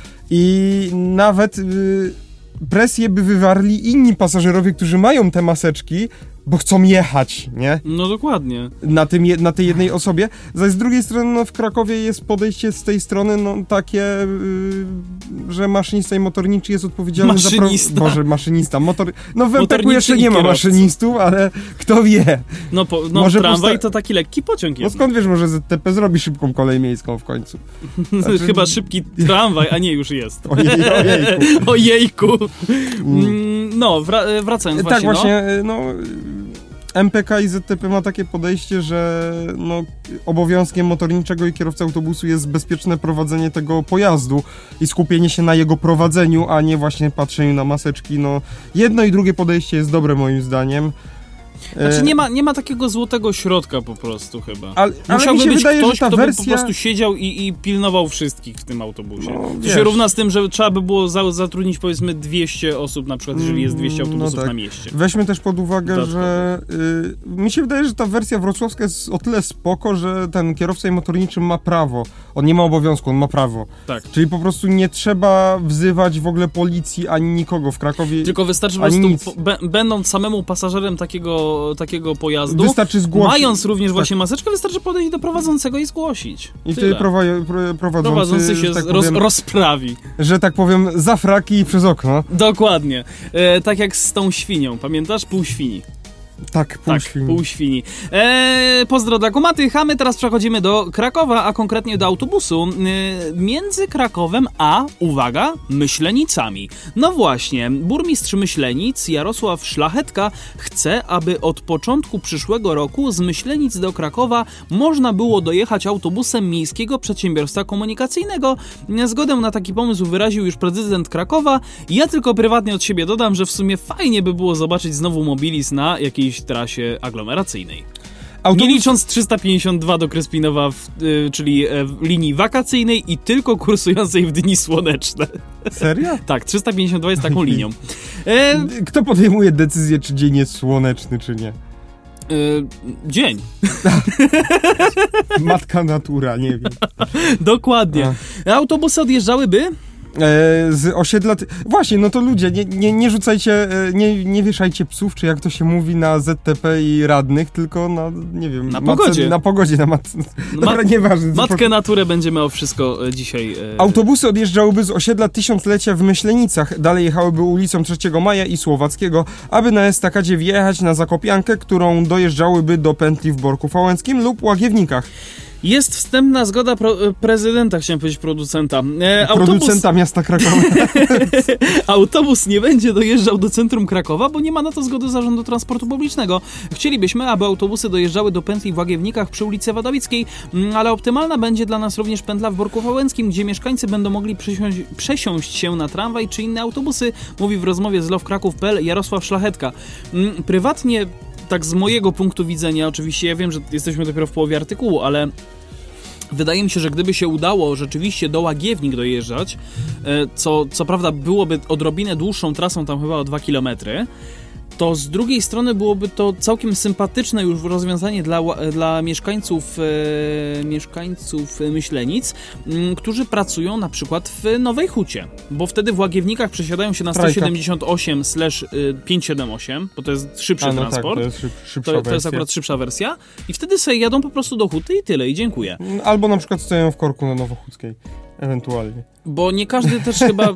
I nawet yy, presję by wywarli inni pasażerowie, którzy mają te maseczki, bo chcą jechać, nie? No dokładnie. Na, tym je, na tej jednej osobie. Zaś z drugiej strony no, w Krakowie jest podejście z tej strony no, takie, yy, że maszynista i motorniczy jest odpowiedzialny Maszynista. za... Pro... Boże, maszynista. Motor... No w M P K Motorniczy jeszcze i nie ma kierowca. maszynistów, ale kto wie. No, po, no Może tramwaj posta- to taki lekki pociąg No jest. skąd wiesz, może Z T P zrobi szybką kolej miejską w końcu. Znaczy- Chyba szybki tramwaj, a nie, już jest. Ojej, ojejku. Ojejku. Mm, No, wra- wracając Tak, właśnie, właśnie, no... M P K i Z T P ma takie podejście, że no, obowiązkiem motorniczego i kierowcy autobusu jest bezpieczne prowadzenie tego pojazdu i skupienie się na jego prowadzeniu, a nie właśnie patrzeniu na maseczki. No, jedno i drugie podejście jest dobre moim zdaniem. Znaczy nie ma, nie ma takiego złotego środka po prostu chyba. Ale, ale Musiałby mi się być wydaje, ktoś, że ta kto wersja... by po prostu siedział i, i pilnował wszystkich w tym autobusie. No, to wiesz. się równa z tym, że trzeba by było za, zatrudnić powiedzmy dwieście osób na przykład, jeżeli jest dwieście autobusów no tak. na mieście. Weźmy też pod uwagę, Dodatkowo. że y, mi się wydaje, że ta wersja wrocławska jest o tyle spoko, że ten kierowca i motorniczy ma prawo. On nie ma obowiązku, on ma prawo. Tak. Czyli po prostu nie trzeba wzywać w ogóle policji ani nikogo w Krakowie. Tylko wystarczy po ani prostu, nic. po, be, będąc samemu pasażerem takiego, takiego pojazdu, Wystarczy zgłosić. mając również tak. właśnie maseczkę, wystarczy podejść do prowadzącego i zgłosić. I Tyle. wtedy prowa pro, prowadzący, Prowadzący się że tak, roz, powiem, rozprawi. że tak powiem, za fraki i przez okno. Dokładnie. E, tak jak z tą świnią, pamiętasz? Pół świni. Tak, pół Tak, świni. pół świni. Eee, pozdro dla kumatych, a my teraz przechodzimy do Krakowa, a konkretnie do autobusu eee, między Krakowem a, uwaga, Myślenicami. No właśnie, burmistrz Myślenic Jarosław Szlachetka chce, aby od początku przyszłego roku z Myślenic do Krakowa można było dojechać autobusem Miejskiego Przedsiębiorstwa Komunikacyjnego. Zgodę na taki pomysł wyraził już prezydent Krakowa. Ja tylko prywatnie od siebie dodam, że w sumie fajnie by było zobaczyć znowu Mobilis na jakiejś trasie aglomeracyjnej. Autobus... Nie licząc trzysta pięćdziesiąt dwa do Krespinowa, w, y, czyli e, w linii wakacyjnej i tylko kursującej w dni słoneczne. Serio? Tak, trzysta pięćdziesiąt dwa jest taką linią. E, Kto podejmuje decyzję, czy dzień jest słoneczny, czy nie? e, dzień. Matka natura, nie wiem. Dokładnie. Autobusy odjeżdżałyby? E, z osiedla... Ty... Właśnie, no to ludzie, nie, nie, nie rzucajcie, e, nie, nie wieszajcie psów, czy jak to się mówi, na Z T P i radnych, tylko na, nie wiem... Na matce- pogodzie. Na pogodzie, na matce... Dobra, Ma- nieważne. Matkę naturę będziemy o wszystko e, dzisiaj... E... Autobusy odjeżdżałyby z osiedla Tysiąclecia w Myślenicach, dalej jechałyby ulicą trzeciego Maja i Słowackiego, aby na estakadzie wjechać na Zakopiankę, którą dojeżdżałyby do pętli w Borku Fałęckim lub Łagiewnikach. Jest wstępna zgoda pro, prezydenta, chciałem powiedzieć producenta. E, autobus, Producenta miasta Krakowa. autobus nie będzie dojeżdżał do centrum Krakowa, bo nie ma na to zgody Zarządu Transportu Publicznego. Chcielibyśmy, aby autobusy dojeżdżały do pętli w Łagiewnikach przy ulicy Wadowickiej, ale optymalna będzie dla nas również pętla w Borku Fałęckim, gdzie mieszkańcy będą mogli przesiąść, przesiąść się na tramwaj czy inne autobusy, mówi w rozmowie z lowkraków kropka p l Jarosław Szlachetka. Prywatnie, tak z mojego punktu widzenia, oczywiście ja wiem, że jesteśmy dopiero w połowie artykułu, ale wydaje mi się, że gdyby się udało rzeczywiście do Łagiewnik dojeżdżać, co, co prawda byłoby odrobinę dłuższą trasą, tam chyba o dwa kilometry, to z drugiej strony byłoby to całkiem sympatyczne już rozwiązanie dla, dla mieszkańców, e, mieszkańców Myślenic, m, którzy pracują na przykład w Nowej Hucie, bo wtedy w Łagiewnikach przesiadają się na sto siedemdziesiąt osiem pięćset siedemdziesiąt osiem, bo to jest szybszy A, no transport. Tak, to jest szyb, szybsza to, wersja. to jest akurat szybsza wersja i wtedy sobie jadą po prostu do Huty i tyle, i dziękuję. Albo na przykład stoją w korku na Nowochódzkiej, ewentualnie. Bo nie każdy też chyba,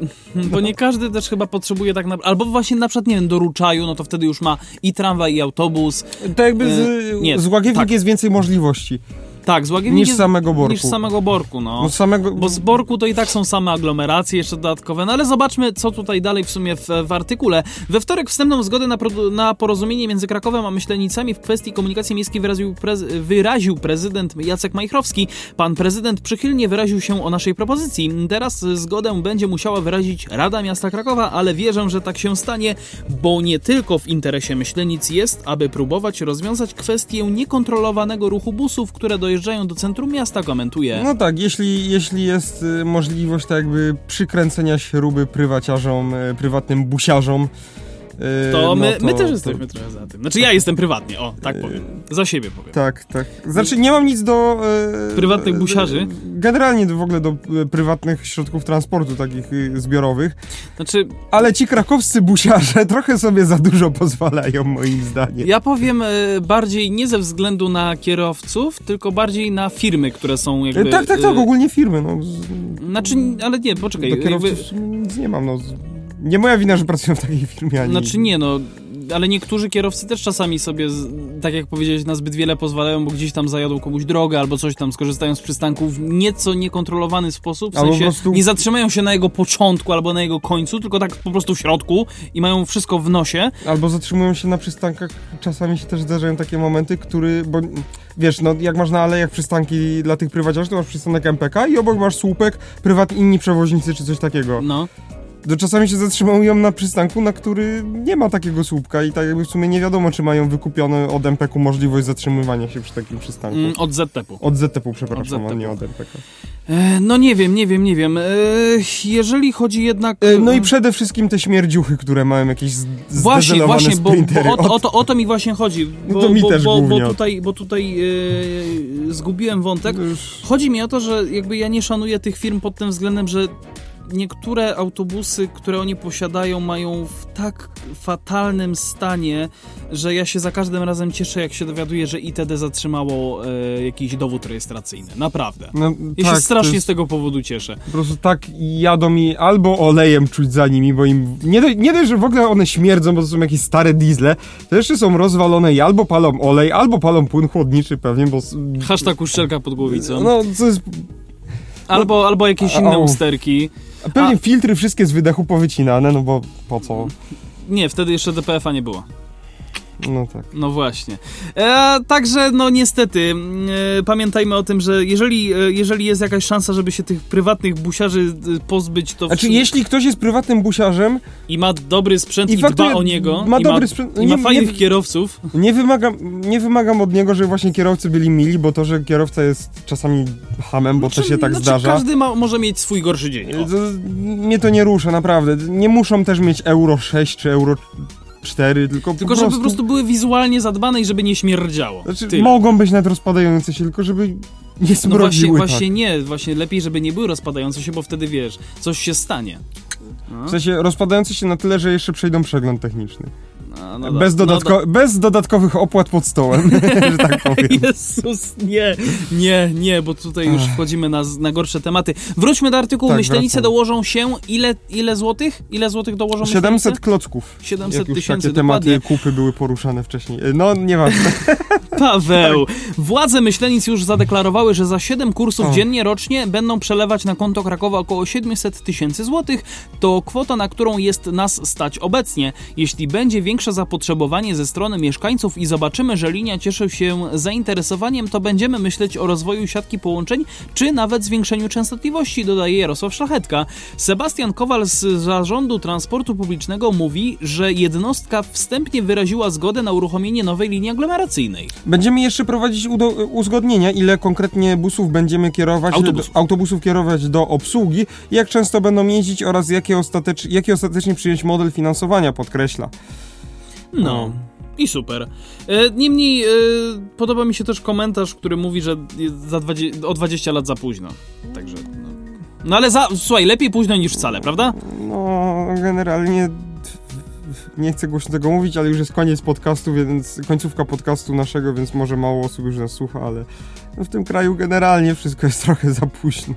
bo nie każdy też chyba potrzebuje tak naprawdę, albo właśnie na przykład, nie wiem, do Ruczaju, no to wtedy już ma i tramwaj, i autobus. To jakby z, E, nie, z Łagiewnik tak. jest więcej możliwości Tak, z Łagiewnik niż jest, samego Borku. niż samego Borku, no. No samego... Bo z Borku to i tak są same aglomeracje jeszcze dodatkowe, no ale zobaczmy, co tutaj dalej w sumie w, w artykule. We wtorek wstępną zgodę na, pro, na porozumienie między Krakowem a Myślenicami w kwestii komunikacji miejskiej wyraził, prez, wyraził prezydent Jacek Majchrowski. Pan prezydent przychylnie wyraził się o naszej propozycji. Teraz zgodę będzie musiała wyrazić Rada Miasta Krakowa, ale wierzę, że tak się stanie, bo nie tylko w interesie Myślenic jest, aby próbować rozwiązać kwestię niekontrolowanego ruchu busów, które dojeżdżają do centrum miasta, komentuje. No tak, jeśli, jeśli jest y, możliwość tak jakby przykręcenia śruby prywaciarzom, y, prywatnym busiarzom, y, To my, no to, my też to, jesteśmy trochę za tym. Znaczy ja jestem prywatnie, o, tak powiem. Za siebie powiem. Tak, tak. Znaczy nie mam nic do... Y, Prywatnych busiarzy? Y, generalnie do, w ogóle do y, prywatnych środków transportu takich y, zbiorowych, Znaczy, ale ci krakowscy busiarze trochę sobie za dużo pozwalają, moim zdaniem. ja powiem e, bardziej nie ze względu na kierowców, tylko bardziej na firmy, które są jakby... Y, tak, tak, tak, e, ogólnie firmy. No, z, Znaczy, ale nie, poczekaj. do kierowców jakby, w sumie nic nie mam. No, z, nie moja wina, że pracują w takiej firmie, ani... znaczy nie, no... Ale niektórzy kierowcy też czasami sobie, z, tak jak powiedziałeś, na zbyt wiele pozwalają, bo gdzieś tam zajadą komuś drogę albo coś tam, skorzystają z przystanku w nieco niekontrolowany sposób, w Albo sensie po prostu... nie zatrzymają się na jego początku albo na jego końcu, tylko tak po prostu w środku i mają wszystko w nosie. Albo zatrzymują się na przystankach. Czasami się też zdarzają takie momenty, który, bo wiesz, no jak masz na alejach przystanki dla tych prywaciarzy, to masz przystanek M P K i obok masz słupek, prywatni inni przewoźnicy czy coś takiego. No. to czasami się zatrzymują na przystanku, na który nie ma takiego słupka i tak jakby w sumie nie wiadomo, czy mają wykupione od M P K u możliwość zatrzymywania się przy takim przystanku. Mm, od Z T P u. Od Z T P u, przepraszam, Od a nie od M P K. E, no nie wiem, nie wiem, nie wiem. E, jeżeli chodzi jednak... E, no i przede wszystkim te śmierdziuchy, które mają jakieś z- Właśnie, właśnie, bo, sprintery. bo o, o, to, o to mi właśnie chodzi. Bo, To mi bo, też bo, głównie bo o to. tutaj, bo tutaj e, zgubiłem wątek. Chodzi mi o to, że jakby ja nie szanuję tych firm pod tym względem, że niektóre autobusy, które oni posiadają, mają w tak fatalnym stanie, że ja się za każdym razem cieszę, jak się dowiaduję, że I T D zatrzymało e, jakiś dowód rejestracyjny. Naprawdę. No, Ja tak, się strasznie jest, z tego powodu cieszę. po prostu tak jadą mi albo olejem czuć za nimi, bo im... Nie, do, nie dość, że w ogóle one śmierdzą, bo to są jakieś stare diesle, to jeszcze są rozwalone i albo palą olej, albo palą płyn chłodniczy pewnie, bo... Hashtag uszczelka pod głowicą. No, co jest... Albo, no, albo jakieś a- inne au. usterki. A pewnie A- filtry wszystkie z wydechu powycinane, no bo po co? Nie, wtedy jeszcze D P F a nie było. No tak. No właśnie. E, także, no niestety, e, pamiętajmy o tym, że jeżeli, e, jeżeli jest jakaś szansa, żeby się tych prywatnych busiarzy e, pozbyć, to... Znaczy, w- jeśli ktoś jest prywatnym busiarzem, I ma dobry sprzęt i, I dba faktuje- o niego, ma i, dobry ma, sprzęt- i ma nie- fajnych nie- kierowców, nie wymagam, nie wymagam od niego, żeby właśnie kierowcy byli mili, bo to, że kierowca jest czasami hamem, bo to się tak znaczy, zdarza. każdy ma, może mieć swój gorszy dzień. O. To, mnie to nie rusza, naprawdę. Nie muszą też mieć euro sześć czy euro cztery, tylko, Tylko po żeby prostu... po prostu były wizualnie zadbane i żeby nie śmierdziało. Znaczy, Tyle. mogą być nawet rozpadające się, tylko żeby nie No właśnie, smrodziły tak. właśnie nie, właśnie lepiej, żeby nie były rozpadające się, bo wtedy wiesz, coś się stanie. No. W sensie rozpadające się na tyle, że jeszcze przejdą przegląd techniczny. No, no bez, do- dodatko- no do- bez dodatkowych opłat pod stołem, że tak powiem. Jezus, nie, nie, nie, bo tutaj już wchodzimy na, na gorsze tematy. Wróćmy do artykułu. Tak, Myślenice wracamy. dołożą się, ile, ile złotych? Ile złotych dołożą siedemset myślenice? klocków. siedemset Jak już tysięcy, takie tematy dokładnie. kupy były poruszane wcześniej. No, nieważne. Paweł, władze Myślenic już zadeklarowały, że za siedem kursów O. dziennie rocznie będą przelewać na konto Krakowa około siedemset tysięcy złotych. To kwota, na którą jest nas stać obecnie. Jeśli będzie większe zapotrzebowanie ze strony mieszkańców i zobaczymy, że linia cieszy się zainteresowaniem, to będziemy myśleć o rozwoju siatki połączeń, czy nawet zwiększeniu częstotliwości, dodaje Jarosław Szlachetka. Sebastian Kowal z Zarządu Transportu Publicznego mówi, że jednostka wstępnie wyraziła zgodę na uruchomienie nowej linii aglomeracyjnej. Będziemy jeszcze prowadzić udo- uzgodnienia, ile konkretnie busów będziemy kierować, Autobusów. Do, autobusów kierować do obsługi, jak często będą jeździć oraz jaki, ostatecz- jaki ostatecznie przyjąć model finansowania, podkreśla. No. I super. E, niemniej e, podoba mi się też komentarz, który mówi, że jest za dwadzieścia, o dwadzieścia lat za późno. Także. No, no ale za, słuchaj, lepiej późno niż wcale, prawda? No, generalnie nie chcę głośno tego mówić, ale już jest koniec podcastu, więc końcówka podcastu naszego, więc może mało osób już nas słucha, ale no w tym kraju generalnie wszystko jest trochę za późno.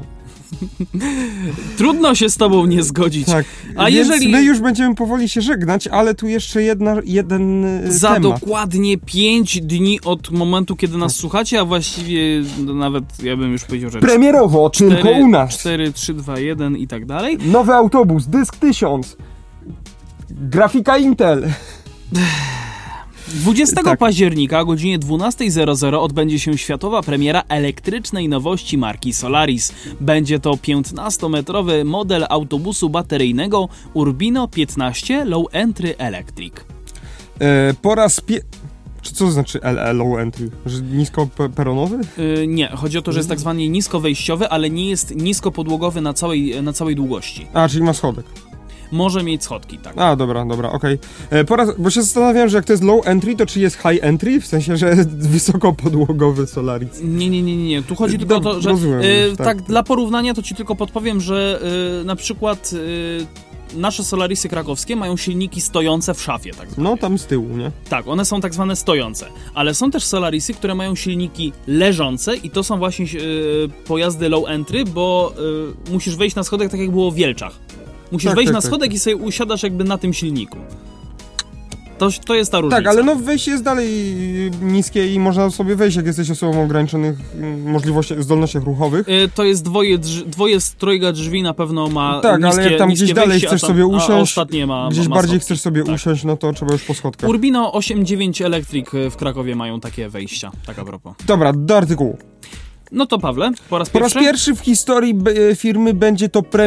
Trudno się z tobą nie zgodzić. Tak, A więc jeżeli- my już będziemy powoli się żegnać, ale tu jeszcze jedna, jeden e, Za temat. dokładnie pięć dni od momentu, kiedy nas słuchacie, a właściwie no, nawet ja bym już powiedział, że Premierowo, tylko u nas. cztery, trzy, dwa, jeden i tak dalej. Nowy autobus, dysk tysiąc. Grafika Intel. dwudziestego Tak. października o godzinie dwunasta zero zero odbędzie się światowa premiera elektrycznej nowości marki Solaris. Będzie to piętnastometrowy model autobusu bateryjnego Urbino piętnaście Low Entry Electric. E, po raz pie... Czy co znaczy L E, low entry? Że niskoperonowy? Yy, nie, chodzi o to, że jest tak zwany niskowejściowy, ale nie jest niskopodłogowy na całej, na całej długości. A, czyli ma schodek. Może mieć schodki, tak. A, dobra, dobra, okej. E, po raz, bo się zastanawiam, że jak to jest low entry, to czy jest high entry? W sensie, że wysokopodłogowy Solaris. Nie, nie, nie, nie, nie. Tu chodzi tylko o to, że Rozumiem yy, już, tak, tak. dla porównania to ci tylko podpowiem, że yy, na przykład yy, nasze Solarisy krakowskie mają silniki stojące w szafie, tak zwane. No, tam z tyłu, nie? Tak, one są tak zwane stojące, ale są też Solarisy, które mają silniki leżące i to są właśnie yy, pojazdy low entry, bo yy, musisz wejść na schodek tak jak było w Wielczach. Musisz Tak, wejść tak, na tak, schodek tak. i sobie usiadasz jakby na tym silniku. To, to jest ta różnica. Tak, ale no wejście jest dalej niskie i można sobie wejść, jak jesteś osobą o ograniczonych mm, możliwościach, zdolnościach ruchowych. Y, To jest dwoje, drz- dwoje strojga drzwi na pewno ma Tak, niskie, ale jak tam niskie gdzieś dalej wejście, chcesz a tam, sobie a usiąść, ostatnie ma, Gdzieś ma bardziej schodki. chcesz sobie Tak. usiąść, no to trzeba już po schodkach. Urbino osiem dziewięć Electric w Krakowie mają takie wejścia, tak a propos. Dobra, do artykułu. No to Pawle, po raz Po raz pierwszy? pierwszy w historii b- firmy będzie to premiera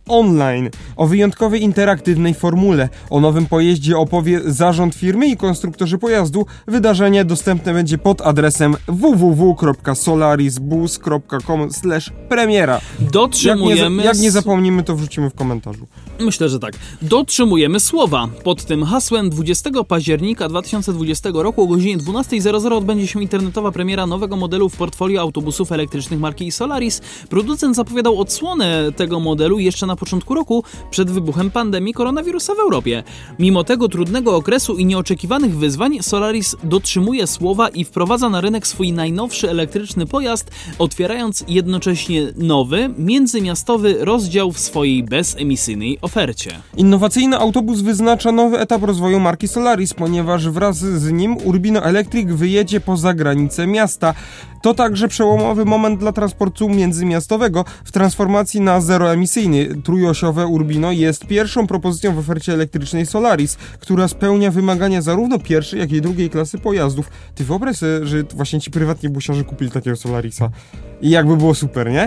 online. O wyjątkowej interaktywnej formule. O nowym pojeździe opowie zarząd firmy i konstruktorzy pojazdu. Wydarzenie dostępne będzie pod adresem w w w kropka solarisbus kropka com slash premiera. Dotrzymujemy... Jak nie, jak nie zapomnimy, to wrzucimy w komentarzu. Myślę, że tak. Dotrzymujemy słowa. Pod tym hasłem dwudziestego października dwa tysiące dwudziestego roku o godzinie dwunasta zero zero odbędzie się internetowa premiera nowego modelu w portfolio autobusów elektrycznych marki Solaris. Producent zapowiadał odsłonę tego modelu jeszcze na początku roku, przed wybuchem pandemii koronawirusa w Europie. Mimo tego trudnego okresu i nieoczekiwanych wyzwań, Solaris dotrzymuje słowa i wprowadza na rynek swój najnowszy elektryczny pojazd, otwierając jednocześnie nowy, międzymiastowy rozdział w swojej bezemisyjnej ofercie. Innowacyjny autobus wyznacza nowy etap rozwoju marki Solaris, ponieważ wraz z nim Urbino Electric wyjedzie poza granice miasta. To także przełomowy moment dla transportu międzymiastowego. W transformacji na zeroemisyjny trójosiowe Urbino jest pierwszą propozycją w ofercie elektrycznej Solaris, która spełnia wymagania zarówno pierwszej, jak i drugiej klasy pojazdów. Ty wyobraź sobie, że właśnie ci prywatni busiarze kupili takiego Solarisa. I jakby było super, nie?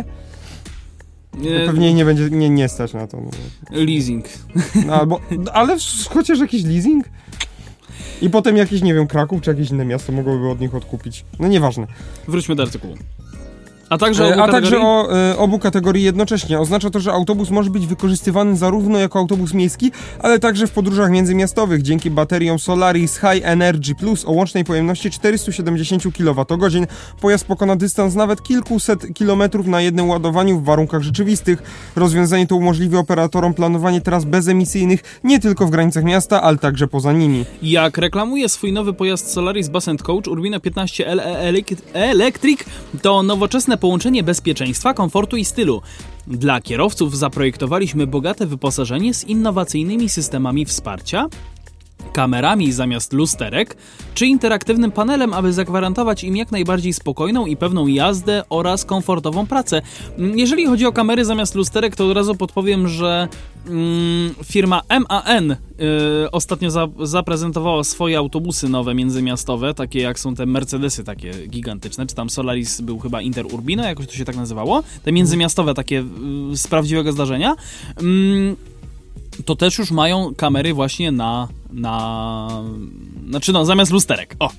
To pewnie nie będzie, nie, nie stać na to. No. Leasing. No, albo, ale chociaż jakiś leasing? I potem jakieś, nie wiem, Kraków czy jakieś inne miasto mogłoby od nich odkupić. No nieważne. Wróćmy do artykułu. A także, obu A także o e, obu kategorii jednocześnie. Oznacza to, że autobus może być wykorzystywany zarówno jako autobus miejski, ale także w podróżach międzymiastowych dzięki bateriom Solaris High Energy Plus o łącznej pojemności czterysta siedemdziesiąt kilowatogodzin. Pojazd pokona dystans nawet kilkuset kilometrów na jednym ładowaniu w warunkach rzeczywistych. Rozwiązanie to umożliwi operatorom planowanie tras bezemisyjnych nie tylko w granicach miasta, ale także poza nimi. Jak reklamuje swój nowy pojazd Solaris Bus and Coach Urbino piętnaście L E Electric, to nowoczesne połączenie bezpieczeństwa, komfortu i stylu. Dla kierowców zaprojektowaliśmy bogate wyposażenie z innowacyjnymi systemami wsparcia, kamerami zamiast lusterek, czy interaktywnym panelem, aby zagwarantować im jak najbardziej spokojną i pewną jazdę oraz komfortową pracę. Jeżeli chodzi o kamery zamiast lusterek, to od razu podpowiem, że mm, firma M A N y, ostatnio za, zaprezentowała swoje autobusy nowe międzymiastowe, takie jak są te Mercedesy takie gigantyczne, czy tam Solaris był chyba Interurbino, jakoś to się tak nazywało, te międzymiastowe takie y, z prawdziwego zdarzenia. Mm, to też już mają kamery właśnie na, na... Znaczy no, zamiast lusterek. O!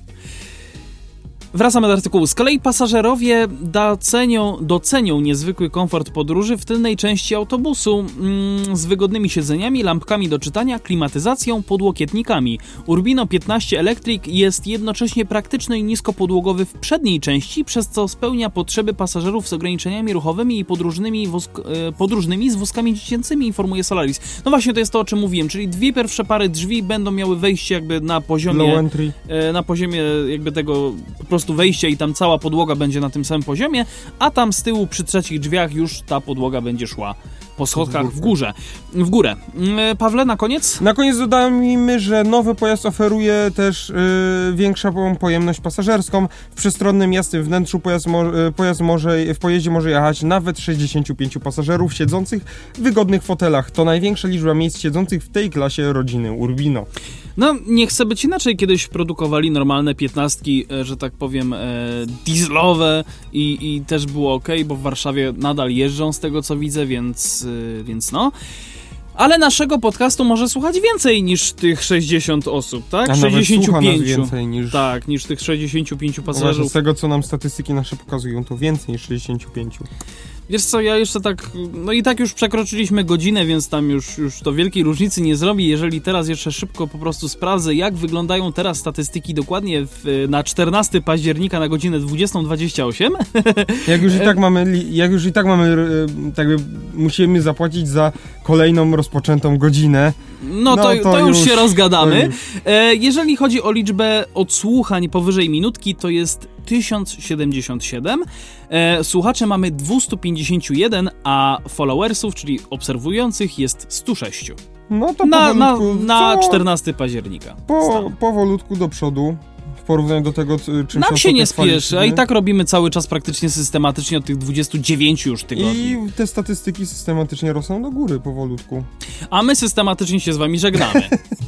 Wracamy do artykułu. Z kolei pasażerowie docenią, docenią niezwykły komfort podróży w tylnej części autobusu mm, z wygodnymi siedzeniami, lampkami do czytania, klimatyzacją, podłokietnikami. Urbino piętnaście Electric jest jednocześnie praktyczny i niskopodłogowy w przedniej części, przez co spełnia potrzeby pasażerów z ograniczeniami ruchowymi i podróżnymi, wosk- e, podróżnymi z wózkami dziecięcymi, informuje Solaris. No właśnie, to jest to, o czym mówiłem, czyli dwie pierwsze pary drzwi będą miały wejście jakby na poziomie... Low entry. E, na poziomie jakby tego... po prostu wejścia i tam cała podłoga będzie na tym samym poziomie, a tam z tyłu przy trzecich drzwiach już ta podłoga będzie szła po schodkach w górze. W górę. Pawle, na koniec? Na koniec dodajmy, że nowy pojazd oferuje też yy, większą pojemność pasażerską. W przestronnym jasnym wnętrzu pojazd, mo- pojazd może, w pojeździe może jechać nawet sześćdziesięciu pięciu pasażerów siedzących w wygodnych fotelach. To największa liczba miejsc siedzących w tej klasie rodziny Urbino. No, nie chcę być inaczej. Kiedyś produkowali normalne piętnastki, że tak powiem, e, dieslowe i, i też było ok, bo w Warszawie nadal jeżdżą z tego co widzę, więc, e, więc no. Ale naszego podcastu może słuchać więcej niż tych sześćdziesiąt osób, tak? A sześćdziesiąt pięć. więcej niż... Tak, niż tych sześćdziesięciu pięciu pasażerów. Z tego, co nam statystyki nasze pokazują, to więcej niż sześćdziesięciu pięciu. Wiesz co, ja jeszcze tak, no i tak już przekroczyliśmy godzinę, więc tam już, już to wielkiej różnicy nie zrobi. Jeżeli teraz jeszcze szybko po prostu sprawdzę, jak wyglądają teraz statystyki dokładnie w, na czternastego października na godzinę dwudziestą dwadzieścia osiem. Jak już i tak mamy, jak już i tak mamy, tak jakby musimy zapłacić za kolejną rozpoczętą godzinę. No, no to, to, to już się rozgadamy. Już. Jeżeli chodzi o liczbę odsłuchań powyżej minutki, to jest tysiąc siedemdziesiąt siedem. Słuchacze mamy dwieście pięćdziesiąt jeden, a followersów, czyli obserwujących, jest sto sześć. No to na, na, powolutku, na co? czternastego października. Po, powolutku do przodu. W porównaniu do tego, czym Nam się nie spieszy, a i nie? tak robimy cały czas praktycznie systematycznie od tych dwudziestu dziewięciu już tygodni. I te statystyki systematycznie rosną do góry powolutku. A my systematycznie się z wami żegnamy.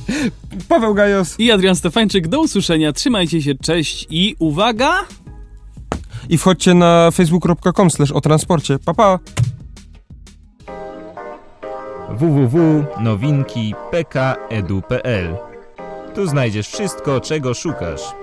Paweł Gajos i Adrian Stefańczyk. Do usłyszenia, trzymajcie się, cześć i uwaga! I wchodźcie na facebook kropka com slash o transporcie. Pa, pa! w w w kropka nowinki kropka p k kropka e d u kropka p l. Tu znajdziesz wszystko, czego szukasz.